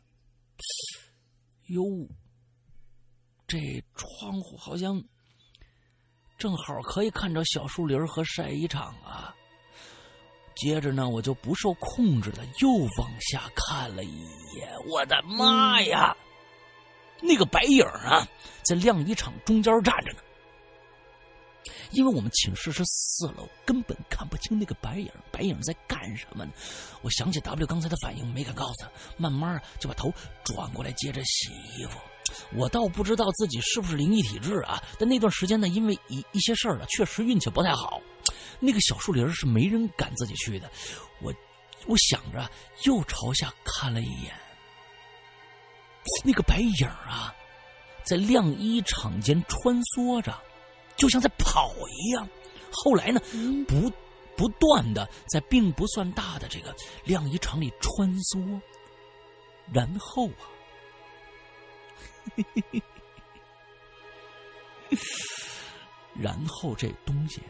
A: 哟，这窗户好像正好可以看着小树林和晒衣场啊。接着呢，我就不受控制的又往下看了一眼，我的妈呀！那个白影啊，在晾衣场中间站着呢， 因为我们寝室是4楼，根本看不清那个白影在干什么呢。我想起 W 刚才的反应，没敢告诉他，慢慢就把头转过来接着洗衣服。我倒不知道自己是不是灵异体质啊，但那段时间呢，因为一些事儿啊，确实运气不太好。那个小树林是没人敢自己去的。我想着，又朝下看了一眼，那个白影啊，在晾衣场间穿梭着，就像在跑一样。后来呢，不断的在并不算大的这个晾衣场里穿梭，然后啊，然后这东西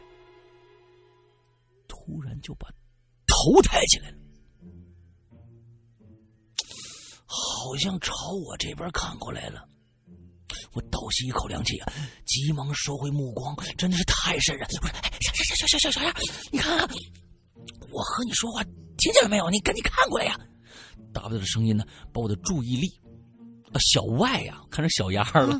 A: 突然就把头抬起来了，好像朝我这边看过来了。我倒吸一口凉气啊，急忙收回目光，真的是太瘆人。我说：“小样，你看啊，我和你说话，听见了没有？你赶紧看过来呀！” W 的声音呢，把我的注意力，小外呀，看成小丫了。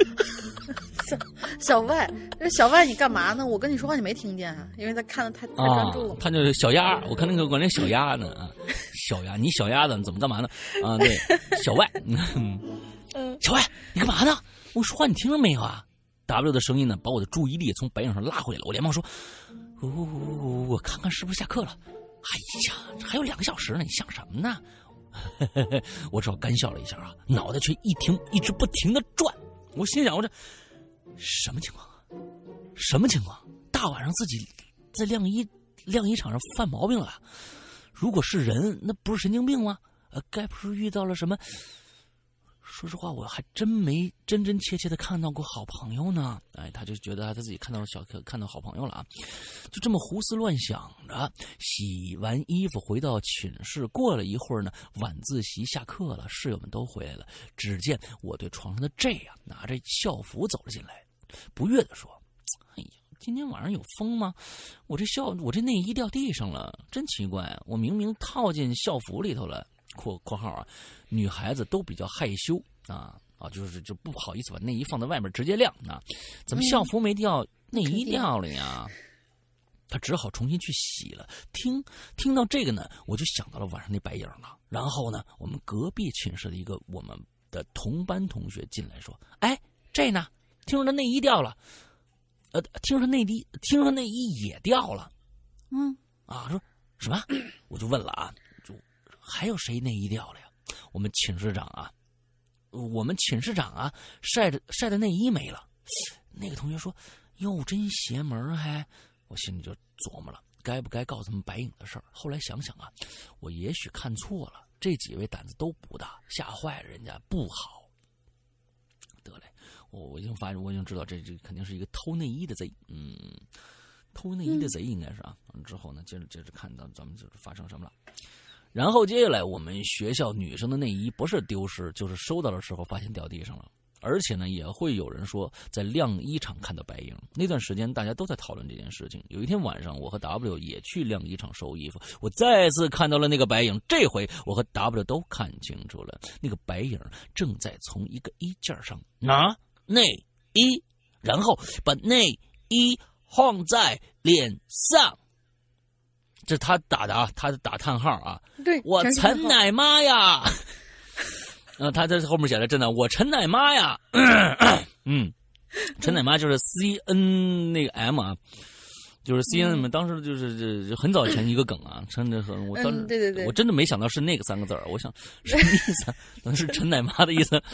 B: 小外，你干嘛呢？我跟你说话你没听见啊？因为他看的太专注了。
A: 他就是小丫，我看那个管那小丫呢啊，小丫，你小丫子怎么干嘛呢？啊，对，小外，小外，你干嘛呢？我说话你听了没有啊 ？W 的声音呢，把我的注意力从白影上拉回来了。我连忙说：“我看看是不是下课了？”哎呀，还有2个小时呢，你想什么呢？我只好干笑了一下啊，脑袋却一直不停的转。我心想，我这什么情况啊？什么情况？大晚上自己在晾衣场上犯毛病了？如果是人，那不是神经病吗？该不是遇到了什么？说实话，我还真没真切的看到过好朋友呢。哎，他就觉得他自己看到好朋友了啊，就这么胡思乱想着。洗完衣服回到寝室，过了一会儿呢，晚自习下课了，室友们都回来了。只见我对床上的 J 啊拿着校服走了进来，不悦地说：“哎呀，今天晚上有风吗？我这内衣掉地上了，真奇怪，我明明套进校服里头了。”括号啊，女孩子都比较害羞就不好意思把内衣放在外面直接晾啊，怎么校服没掉，内衣掉了呀？他只好重新去洗了。听到这个呢，我就想到了晚上那白影了。然后呢，我们隔壁寝室的一个我们的同班同学进来说：“哎，这呢？听说他内衣掉了，听说他内衣也掉了。”说什么？我就问了啊。还有谁内衣掉了呀？我们寝室长啊，晒的内衣没了。那个同学说：“哟，真邪门还。”我心里就琢磨了，该不该告诉他们白影的事儿。后来想想啊，我也许看错了，这几位胆子都不大，吓坏了人家不好。得嘞，我已经知道这肯定是一个偷内衣的贼。偷内衣的贼应该是啊。之后呢，接着看到咱们就是发生什么了。然后接下来，我们学校女生的内衣不是丢失，就是收到的时候发现掉地上了。而且呢，也会有人说在晾衣场看到白影。那段时间大家都在讨论这件事情。有一天晚上，我和 W 也去晾衣场收衣服，我再次看到了那个白影。这回我和 W 都看清楚了，那个白影正在从一个衣架上拿内衣，然后把内衣放在脸上。这是他打的啊，他打叹号啊！
B: 对，
A: 我陈奶妈呀！他在后面写的真的，我陈奶妈呀！陈奶妈就是 CN 那个 M 啊，就是 CN 当时就是很早前一个梗啊，真的是我当时
B: 对，
A: 我真的没想到是那个3个字儿，我想什么意思？可能是陈奶妈的意思。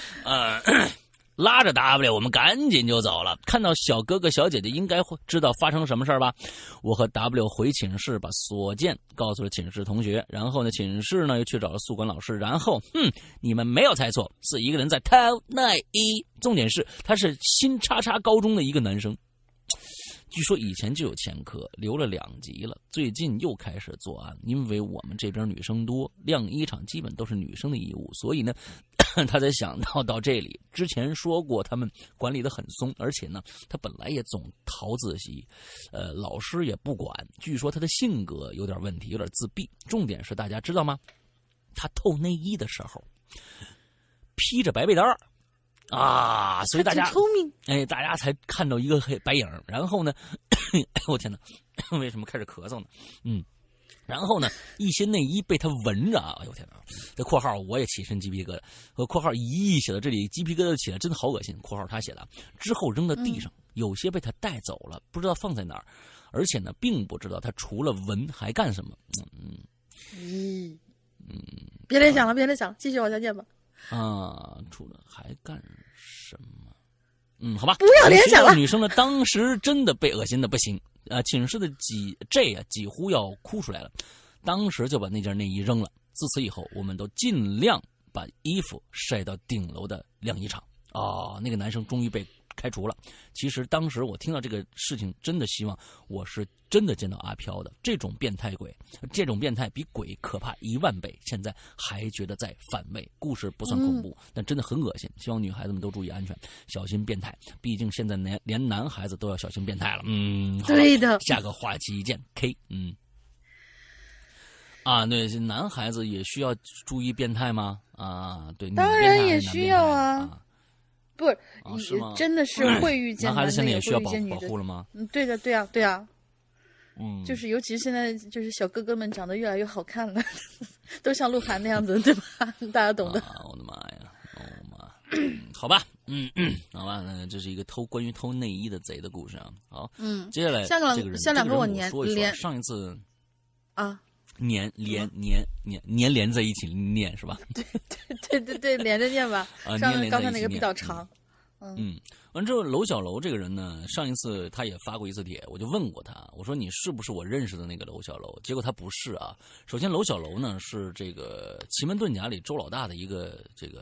A: 拉着 W 我们赶紧就走了。看到小哥哥小姐姐应该会知道发生了什么事儿吧。我和 W 回寝室把所见告诉了寝室同学，然后呢寝室呢又去找了宿管老师，然后你们没有猜错，是一个人在偷内衣。重点是他是新叉叉高中的一个男生，据说以前就有前科，留了2级了，最近又开始作案。因为我们这边女生多，晾衣场基本都是女生的义务，所以呢他才想到这里。之前说过他们管理得很松，而且呢他本来也总逃自习，老师也不管。据说他的性格有点问题，有点自闭。重点是大家知道吗？他偷内衣的时候披着白被单， 啊，所以大家
B: 聪明，
A: 哎，大家才看到一个白影，然后呢，我天哪，为什么开始咳嗽呢？然后呢，一些内衣被他闻着啊！哎呦天哪！这括号我也起身鸡皮疙瘩，和括号一写到这里，鸡皮疙瘩起来，真的好恶心。括号他写的，之后扔到地上，有些被他带走了，不知道放在哪儿，而且呢，并不知道他除了闻还干什么。
B: 别联想了，别联想了，继续往下念吧。
A: 啊，除了还干什么？好吧，
B: 不要联想了。
A: 女生呢，当时真的被恶心的不行。寝室的几乎要哭出来了，当时就把那件内衣扔了。自此以后，我们都尽量把衣服晒到顶楼的晾衣场。那个男生终于被开除了。其实当时我听到这个事情，真的希望我是真的见到阿飘的。这种变态比鬼可怕10000倍。现在还觉得在反胃。故事不算恐怖，但真的很恶心。希望女孩子们都注意安全，小心变态。毕竟现在连男孩子都要小心变态了。
B: 对的。
A: 下个话题见 K。对，男孩子也需要注意变态吗？对，
B: 当然也需要啊。不
A: 是吗？
B: 真的是会遇见
A: 男孩子现在也需要保
B: 女
A: 护了吗？
B: 对的，对啊。就是尤其现在就是小哥哥们长得越来越好看了，都像鹿晗那样子，对吧？大家懂的。
A: 我的妈呀！好吧，好吧，那这是一个关于偷内衣的贼的故事啊。好，接下来
B: 下两个我
A: 说一说上一次
B: 啊。
A: 连在一起念是吧？
B: 对，连着念吧。上刚才那个比较长。
A: 完之后，娄小楼这个人呢，上一次他也发过一次帖，我就问过他，我说你是不是我认识的那个娄小楼？结果他不是啊。首先，娄小楼呢是这个《奇门遁甲》里周老大的一个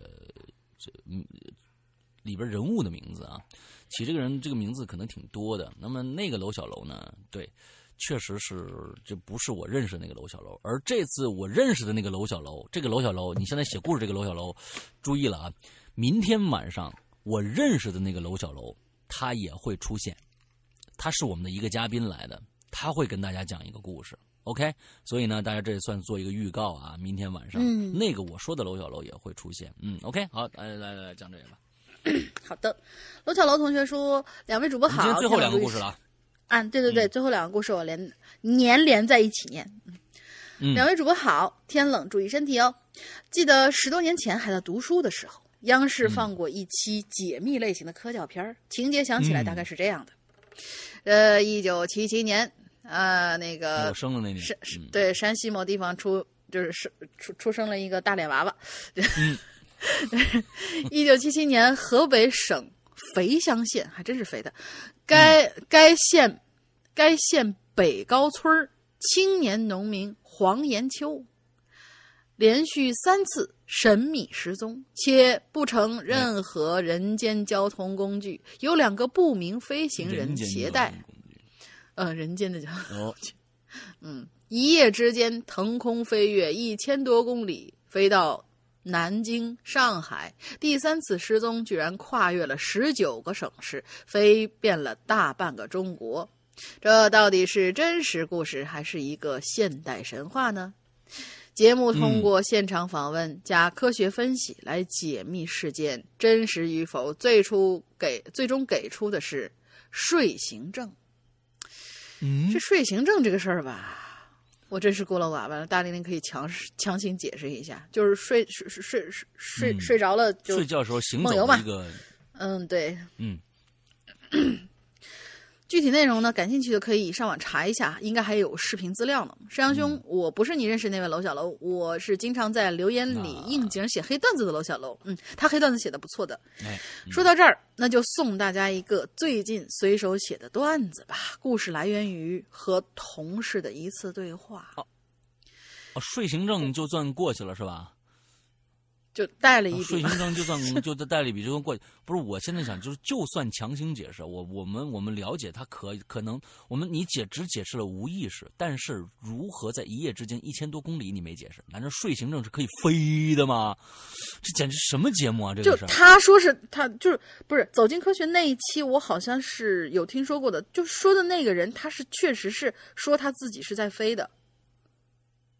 A: 里边人物的名字啊。起这个人这个名字可能挺多的。那么那个娄小楼呢，对。确实是，这不是我认识的那个娄小楼，而这次我认识的那个娄小楼，这个娄小楼，你现在写故事这个娄小楼，注意了啊！明天晚上我认识的那个娄小楼，他也会出现，他是我们的一个嘉宾来的，他会跟大家讲一个故事 ，OK？ 所以呢，大家这算做一个预告啊，明天晚上，那个我说的娄小楼也会出现，OK？ 好，来讲这个吧。
B: 好的，娄小楼同学说，两位主播好，
A: 今天最后两个故事了。
B: 对，最后两个故事我连在一起念。两位主播好，天冷注意身体哦。记得10多年前还在读书的时候，央视放过一期解密类型的科教片，情节想起来大概是这样的：1977年，那个
A: 我生了那年，
B: 对，山西某地方出生了一个大脸娃娃。1977年，河北省肥乡县还真是肥的，该县北高村青年农民黄延秋连续3次神秘失踪，且不乘任何人间交通工具，有2个不明飞行人携带。人间的交通工具。一夜之间腾空飞跃1000多公里，飞到南京、上海。第3次失踪居然跨越了19个省市，飞遍了大半个中国。这到底是真实故事还是一个现代神话呢？节目通过现场访问加科学分析来解密事件真实与否，最终给出的是睡行症。这睡行症这个事儿吧，我真是孤陋寡闻了。大玲玲可以强行解释一下，就是睡着了就
A: 睡觉的时候行走
B: 的
A: 一个，
B: 对，具体内容呢，感兴趣的可以上网查一下，应该还有视频资料呢。山羊兄，我不是你认识那位娄小楼，我是经常在留言里应景写黑段子的娄小楼。他黑段子写的不错的。说到这儿，那就送大家一个最近随手写的段子吧。故事来源于和同事的一次对话。
A: 睡行症就算过去了是吧？
B: 就带了一笔，
A: 睡行症就带了一笔就过去。不是，我现在想就算强行解释，我们了解他可能你只解释了无意识，但是如何在一夜之间1000多公里你没解释？难道睡行症是可以飞的吗？这简直什么节目啊！这个
B: 就他说是他就是不是走进科学那一期，我好像是有听说过的，就说的那个人他是确实是说他自己是在飞的，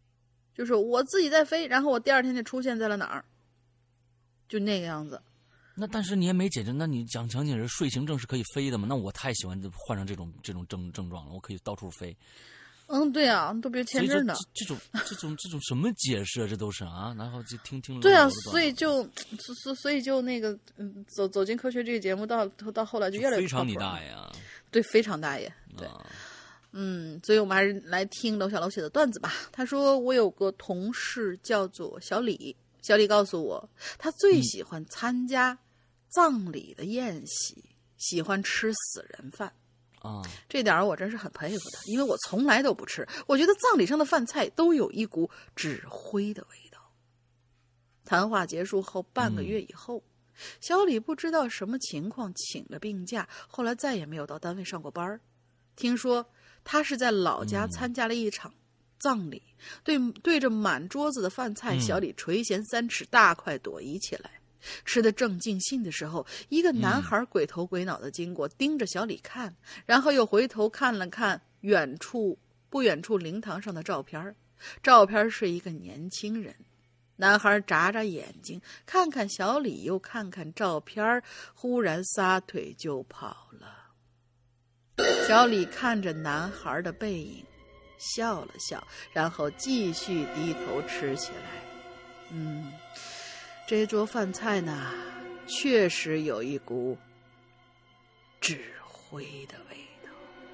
B: 就是我自己在飞，然后我第2天就出现在了哪儿。就那个样子，
A: 那但是你也没解释，那你讲解是睡行症是可以飞的吗？那我太喜欢患上这种症状了，我可以到处飞。
B: 对啊，都别签证的。
A: 这种什么解释啊？这都是啊，然后就听。
B: 对啊，所以就那个走进科学这个节目到后来就越来越
A: 非常你大爷啊！
B: 对，非常大爷。对，所以我们还是来听楼小楼写的段子吧。他说我有个同事叫做小李，小李告诉我，他最喜欢参加葬礼的宴席，喜欢吃死人饭。这点我真是很佩服他，因为我从来都不吃。我觉得葬礼上的饭菜都有一股纸灰的味道。谈话结束后半个月以后，小李不知道什么情况请了病假，后来再也没有到单位上过班。听说他是在老家参加了一场葬礼，对着满桌子的饭菜，小李垂涎三尺，大快朵颐起来。吃得正尽兴的时候，一个男孩鬼头鬼脑的经过，盯着小李看，然后又回头看了看不远处灵堂上的照片。照片是一个年轻人。男孩眨眨眼睛，看看小李，又看看照片，忽然撒腿就跑了。小李看着男孩的背影，笑了笑，然后继续低头吃起来。这桌饭菜呢，确实有一股纸灰的味道。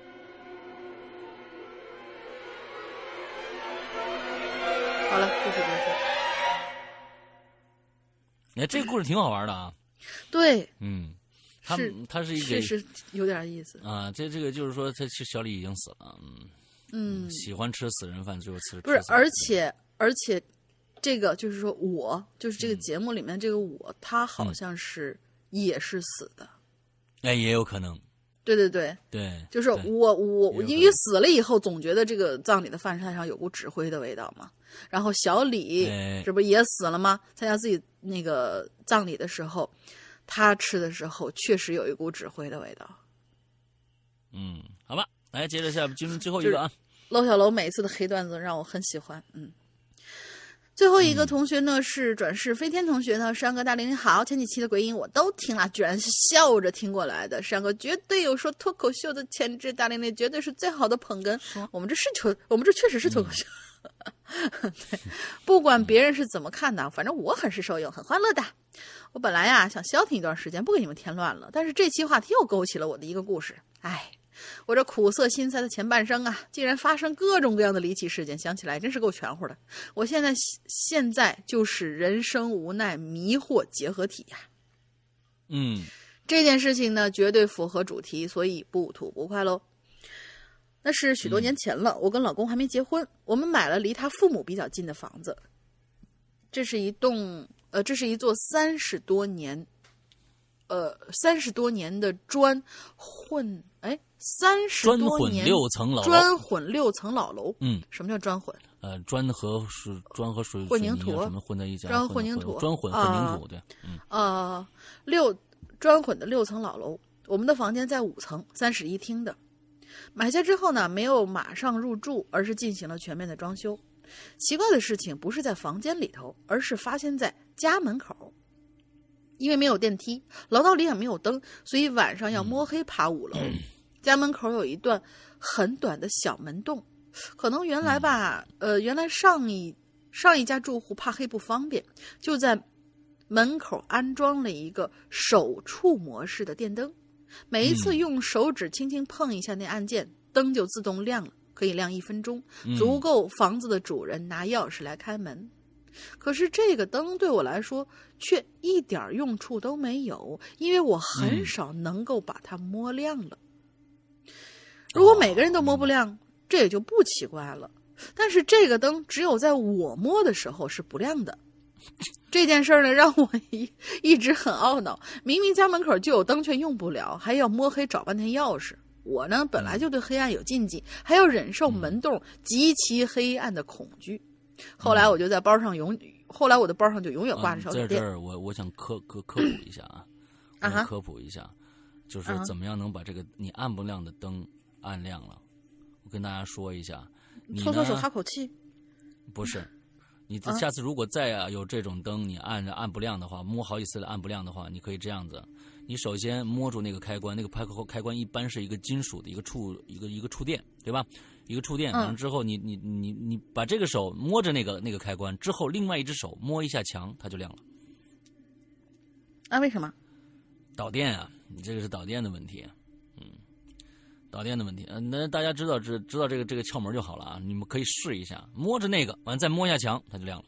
B: 好了，故事结束。
A: 这个故事挺好玩的啊。
B: 对，
A: 他是一个
B: 确实有点意思
A: 啊。这个就是说，小李已经死了，喜欢吃死人饭，最后吃
B: 不是，而且。这个就是说就是这个节目里面这个他好像是也是死的，
A: 也有可能。
B: 对，就是我因为死了以后，总觉得这个葬礼的饭菜上有股纸灰的味道嘛。然后小李这不也死了吗？参加自己那个葬礼的时候，他吃的时候确实有一股纸灰的味道。
A: 好吧，来接着下进入最后一个啊。
B: 楼小楼每一次的黑段子让我很喜欢，最后一个同学呢是转世飞天同学呢，山哥大林你好，前几期的鬼影我都听了，居然是笑着听过来的。山哥绝对有说脱口秀的潜质，大林那绝对是最好的捧哏。我们这确实是脱口秀。对，不管别人是怎么看的，反正我很是受用，很欢乐的。我本来呀想消停一段时间，不给你们添乱了，但是这期话题又勾起了我的一个故事。我这苦涩心塞的前半生啊，竟然发生各种各样的离奇事件，想起来真是够全乎的。我现在就是人生无奈迷惑结合体呀。这件事情呢，绝对符合主题，所以不吐不快喽。那是许多年前了，我跟老公还没结婚，我们买了离他父母比较近的房子。这是一座30多年的砖混
A: 6层
B: 老楼。什么叫砖混？
A: 砖和水
B: 混凝土
A: 什么混在一起？
B: 砖混凝土，
A: 砖混凝土，对。
B: 砖混的6层老楼，我们的房间在5层，3室1厅的。买下之后呢，没有马上入住，而是进行了全面的装修。奇怪的事情不是在房间里头，而是发现在家门口。因为没有电梯，楼道里也没有灯，所以晚上要摸黑爬5楼。家门口有一段很短的小门洞，可能原来上一家住户怕黑不方便，就在门口安装了一个手触模式的电灯。每一次用手指轻轻碰一下那按键，灯就自动亮了，可以亮1分钟，足够房子的主人拿钥匙来开门。可是这个灯对我来说却一点用处都没有，因为我很少能够把它摸亮了。如果每个人都摸不亮，这也就不奇怪了。但是这个灯只有在我摸的时候是不亮的。这件事呢，让我一直很懊恼。明明家门口就有灯，却用不了，还要摸黑找半天钥匙。我呢，本来就对黑暗有禁忌，还要忍受门洞极其黑暗的恐惧。后来我就在包上后来我的包上就永远挂着小手电。
A: 在这儿我想科普一下啊，科普一下，就是怎么样能把这个你按不亮的灯按亮了。我跟大家说一下，你
B: 搓手哈口气，
A: 不是， 你下次如果再有这种灯，你按不亮的话，摸好几次按不亮的话，你可以这样子：你首先摸住那个开关，那个开关一般是一个金属的一个触电，对吧？一个触电，完了之后你把这个手摸着那个开关之后，另外一只手摸一下墙，它就亮了。
B: 啊？为什么？
A: 导电啊，你这个是导电的问题。导电的问题，那大家知道这个窍门就好了啊！你们可以试一下，摸着那个，完再摸一下墙，它就亮了。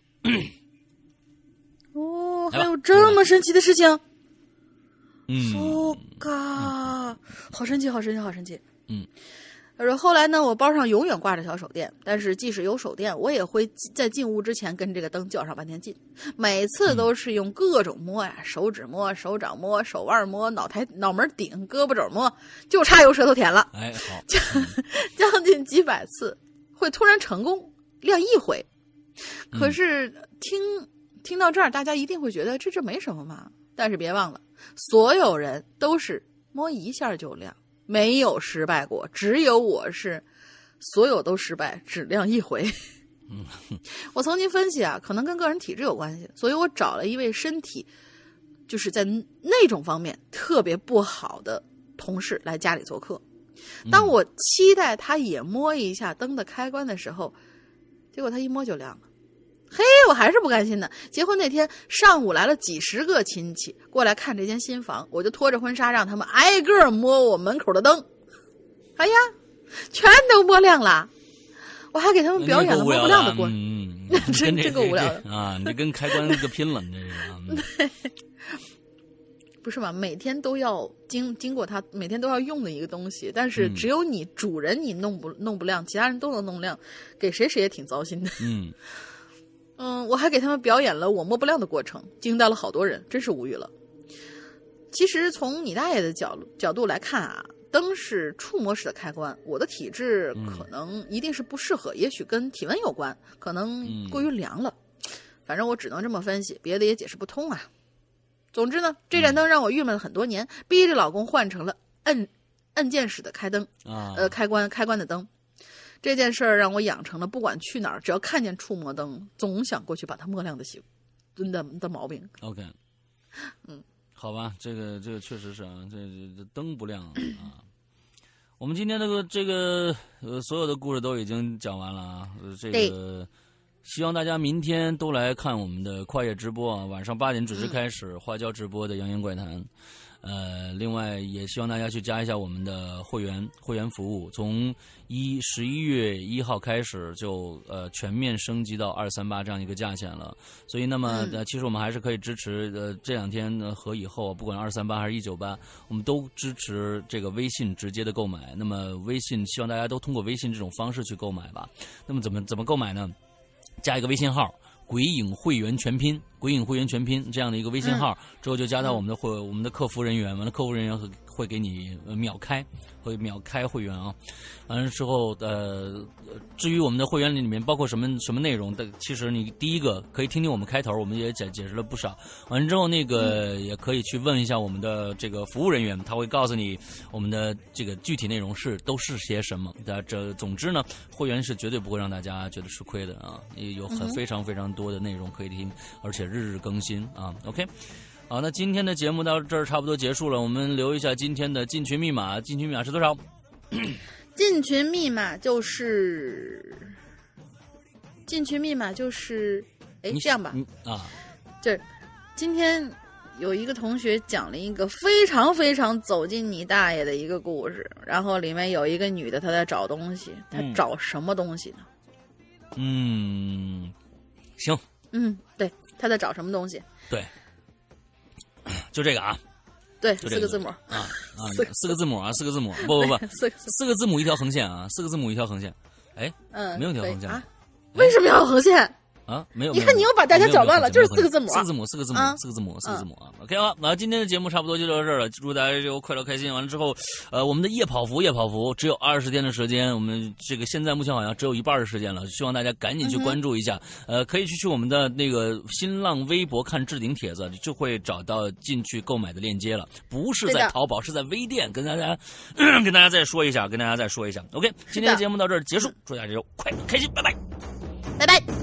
B: 哦，还有这么神奇的事情？
A: 嗯，
B: 好神奇，好神奇，好神奇。后来呢，我包上永远挂着小手电，但是即使有手电，我也会在进屋之前跟这个灯较上半天劲。每次都是用各种摸呀，手指摸、手掌摸、手腕摸、脑门顶、胳膊肘摸，就差用舌头舔了。
A: 哎，好，
B: 将近几百次，会突然成功亮一回。可是听到这儿，大家一定会觉得这没什么嘛。但是别忘了，所有人都是摸一下就亮。没有失败过，只有我是所有都失败，只亮一回。我曾经分析啊，可能跟个人体质有关系，所以我找了一位身体就是在那种方面特别不好的同事来家里做客。当我期待他也摸一下灯的开关的时候，结果他一摸就亮了。嘿，我还是不甘心呢。结婚那天上午来了几十个亲戚过来看这间新房，我就拖着婚纱让他们挨个摸我门口的灯。哎呀，全都摸亮了。我还给他们表演了摸不亮的过程，真够无聊的
A: 啊！你跟开关那个拼了，你这是。
B: 不是吧？每天都要经过它，每天都要用的一个东西，但是只有你主人你弄不亮，其他人都能弄亮，给谁也挺糟心的。我还给他们表演了我摸不亮的过程，惊呆了好多人，真是无语了。其实从你大爷的角度来看啊，灯是触摸式的开关，我的体质可能一定是不适合，也许跟体温有关，可能过于凉了。反正我只能这么分析，别的也解释不通啊。总之呢，这盏灯让我郁闷了很多年，逼着老公换成了按键式的开灯开关的灯。这件事儿让我养成了不管去哪儿，只要看见触摸灯，总想过去把它摸亮的毛病。
A: OK， 好吧，这个确实是啊，这灯不亮啊。我们今天这个所有的故事都已经讲完了啊，这个希望大家明天都来看我们的跨越直播啊，晚上8点准时开始花椒直播的扬言怪谈。另外也希望大家去加一下我们的会员服务，从11月1号开始就全面升级到238这样一个价钱了。所以那么其实我们还是可以支持这2天和以后不管238还是198，我们都支持这个微信直接的购买。那么微信希望大家都通过微信这种方式去购买吧。那么怎么购买呢？加一个微信号鬼影会员全拼，鬼影会员全拼这样的一个微信号之后，就加到我们的客服人员，完了客服人员会给你秒开会员啊。完了之后至于我们的会员里面包括什么内容的，其实你第一个可以听听我们开头，我们也解释了不少。完了之后那个也可以去问一下我们的这个服务人员，他会告诉你我们的这个具体内容都是些什么。总之呢，会员是绝对不会让大家觉得吃亏的啊，有非常非常多的内容可以听，而且日更新啊。OK， 好，那今天的节目到这儿差不多结束了，我们留一下今天的进群密码。进群密码是多少？
B: 进群密码就是这样吧就是今天有一个同学讲了一个非常非常走进你大爷的一个故事，然后里面有一个女的她在找东西，她找什么东西呢？
A: 行。
B: 对，她在找什么东西？
A: 对，就这个啊。
B: 对，4个字母
A: 啊，4个字母啊，4个字母，不，4个字母一条横线啊，4个字母一条横线，哎，没有一条横线
B: 啊？为什么要横线？
A: 啊，没有，
B: 你看你又把大家搅乱了，就是4个字母，4
A: 个字母啊。OK 好，那今天的节目差不多就到这儿了，祝大家就快乐开心。完了之后，我们的夜跑服只有20天的时间，我们这个现在目前好像只有一半的时间了，希望大家赶紧去关注一下。可以去我们的那个新浪微博看置顶帖子，就会找到进去购买的链接了，不是在淘宝，是在微店。跟大家再说一下，OK， 今天的节目到这儿结束，祝大家就快乐开心，拜拜，
B: 拜拜。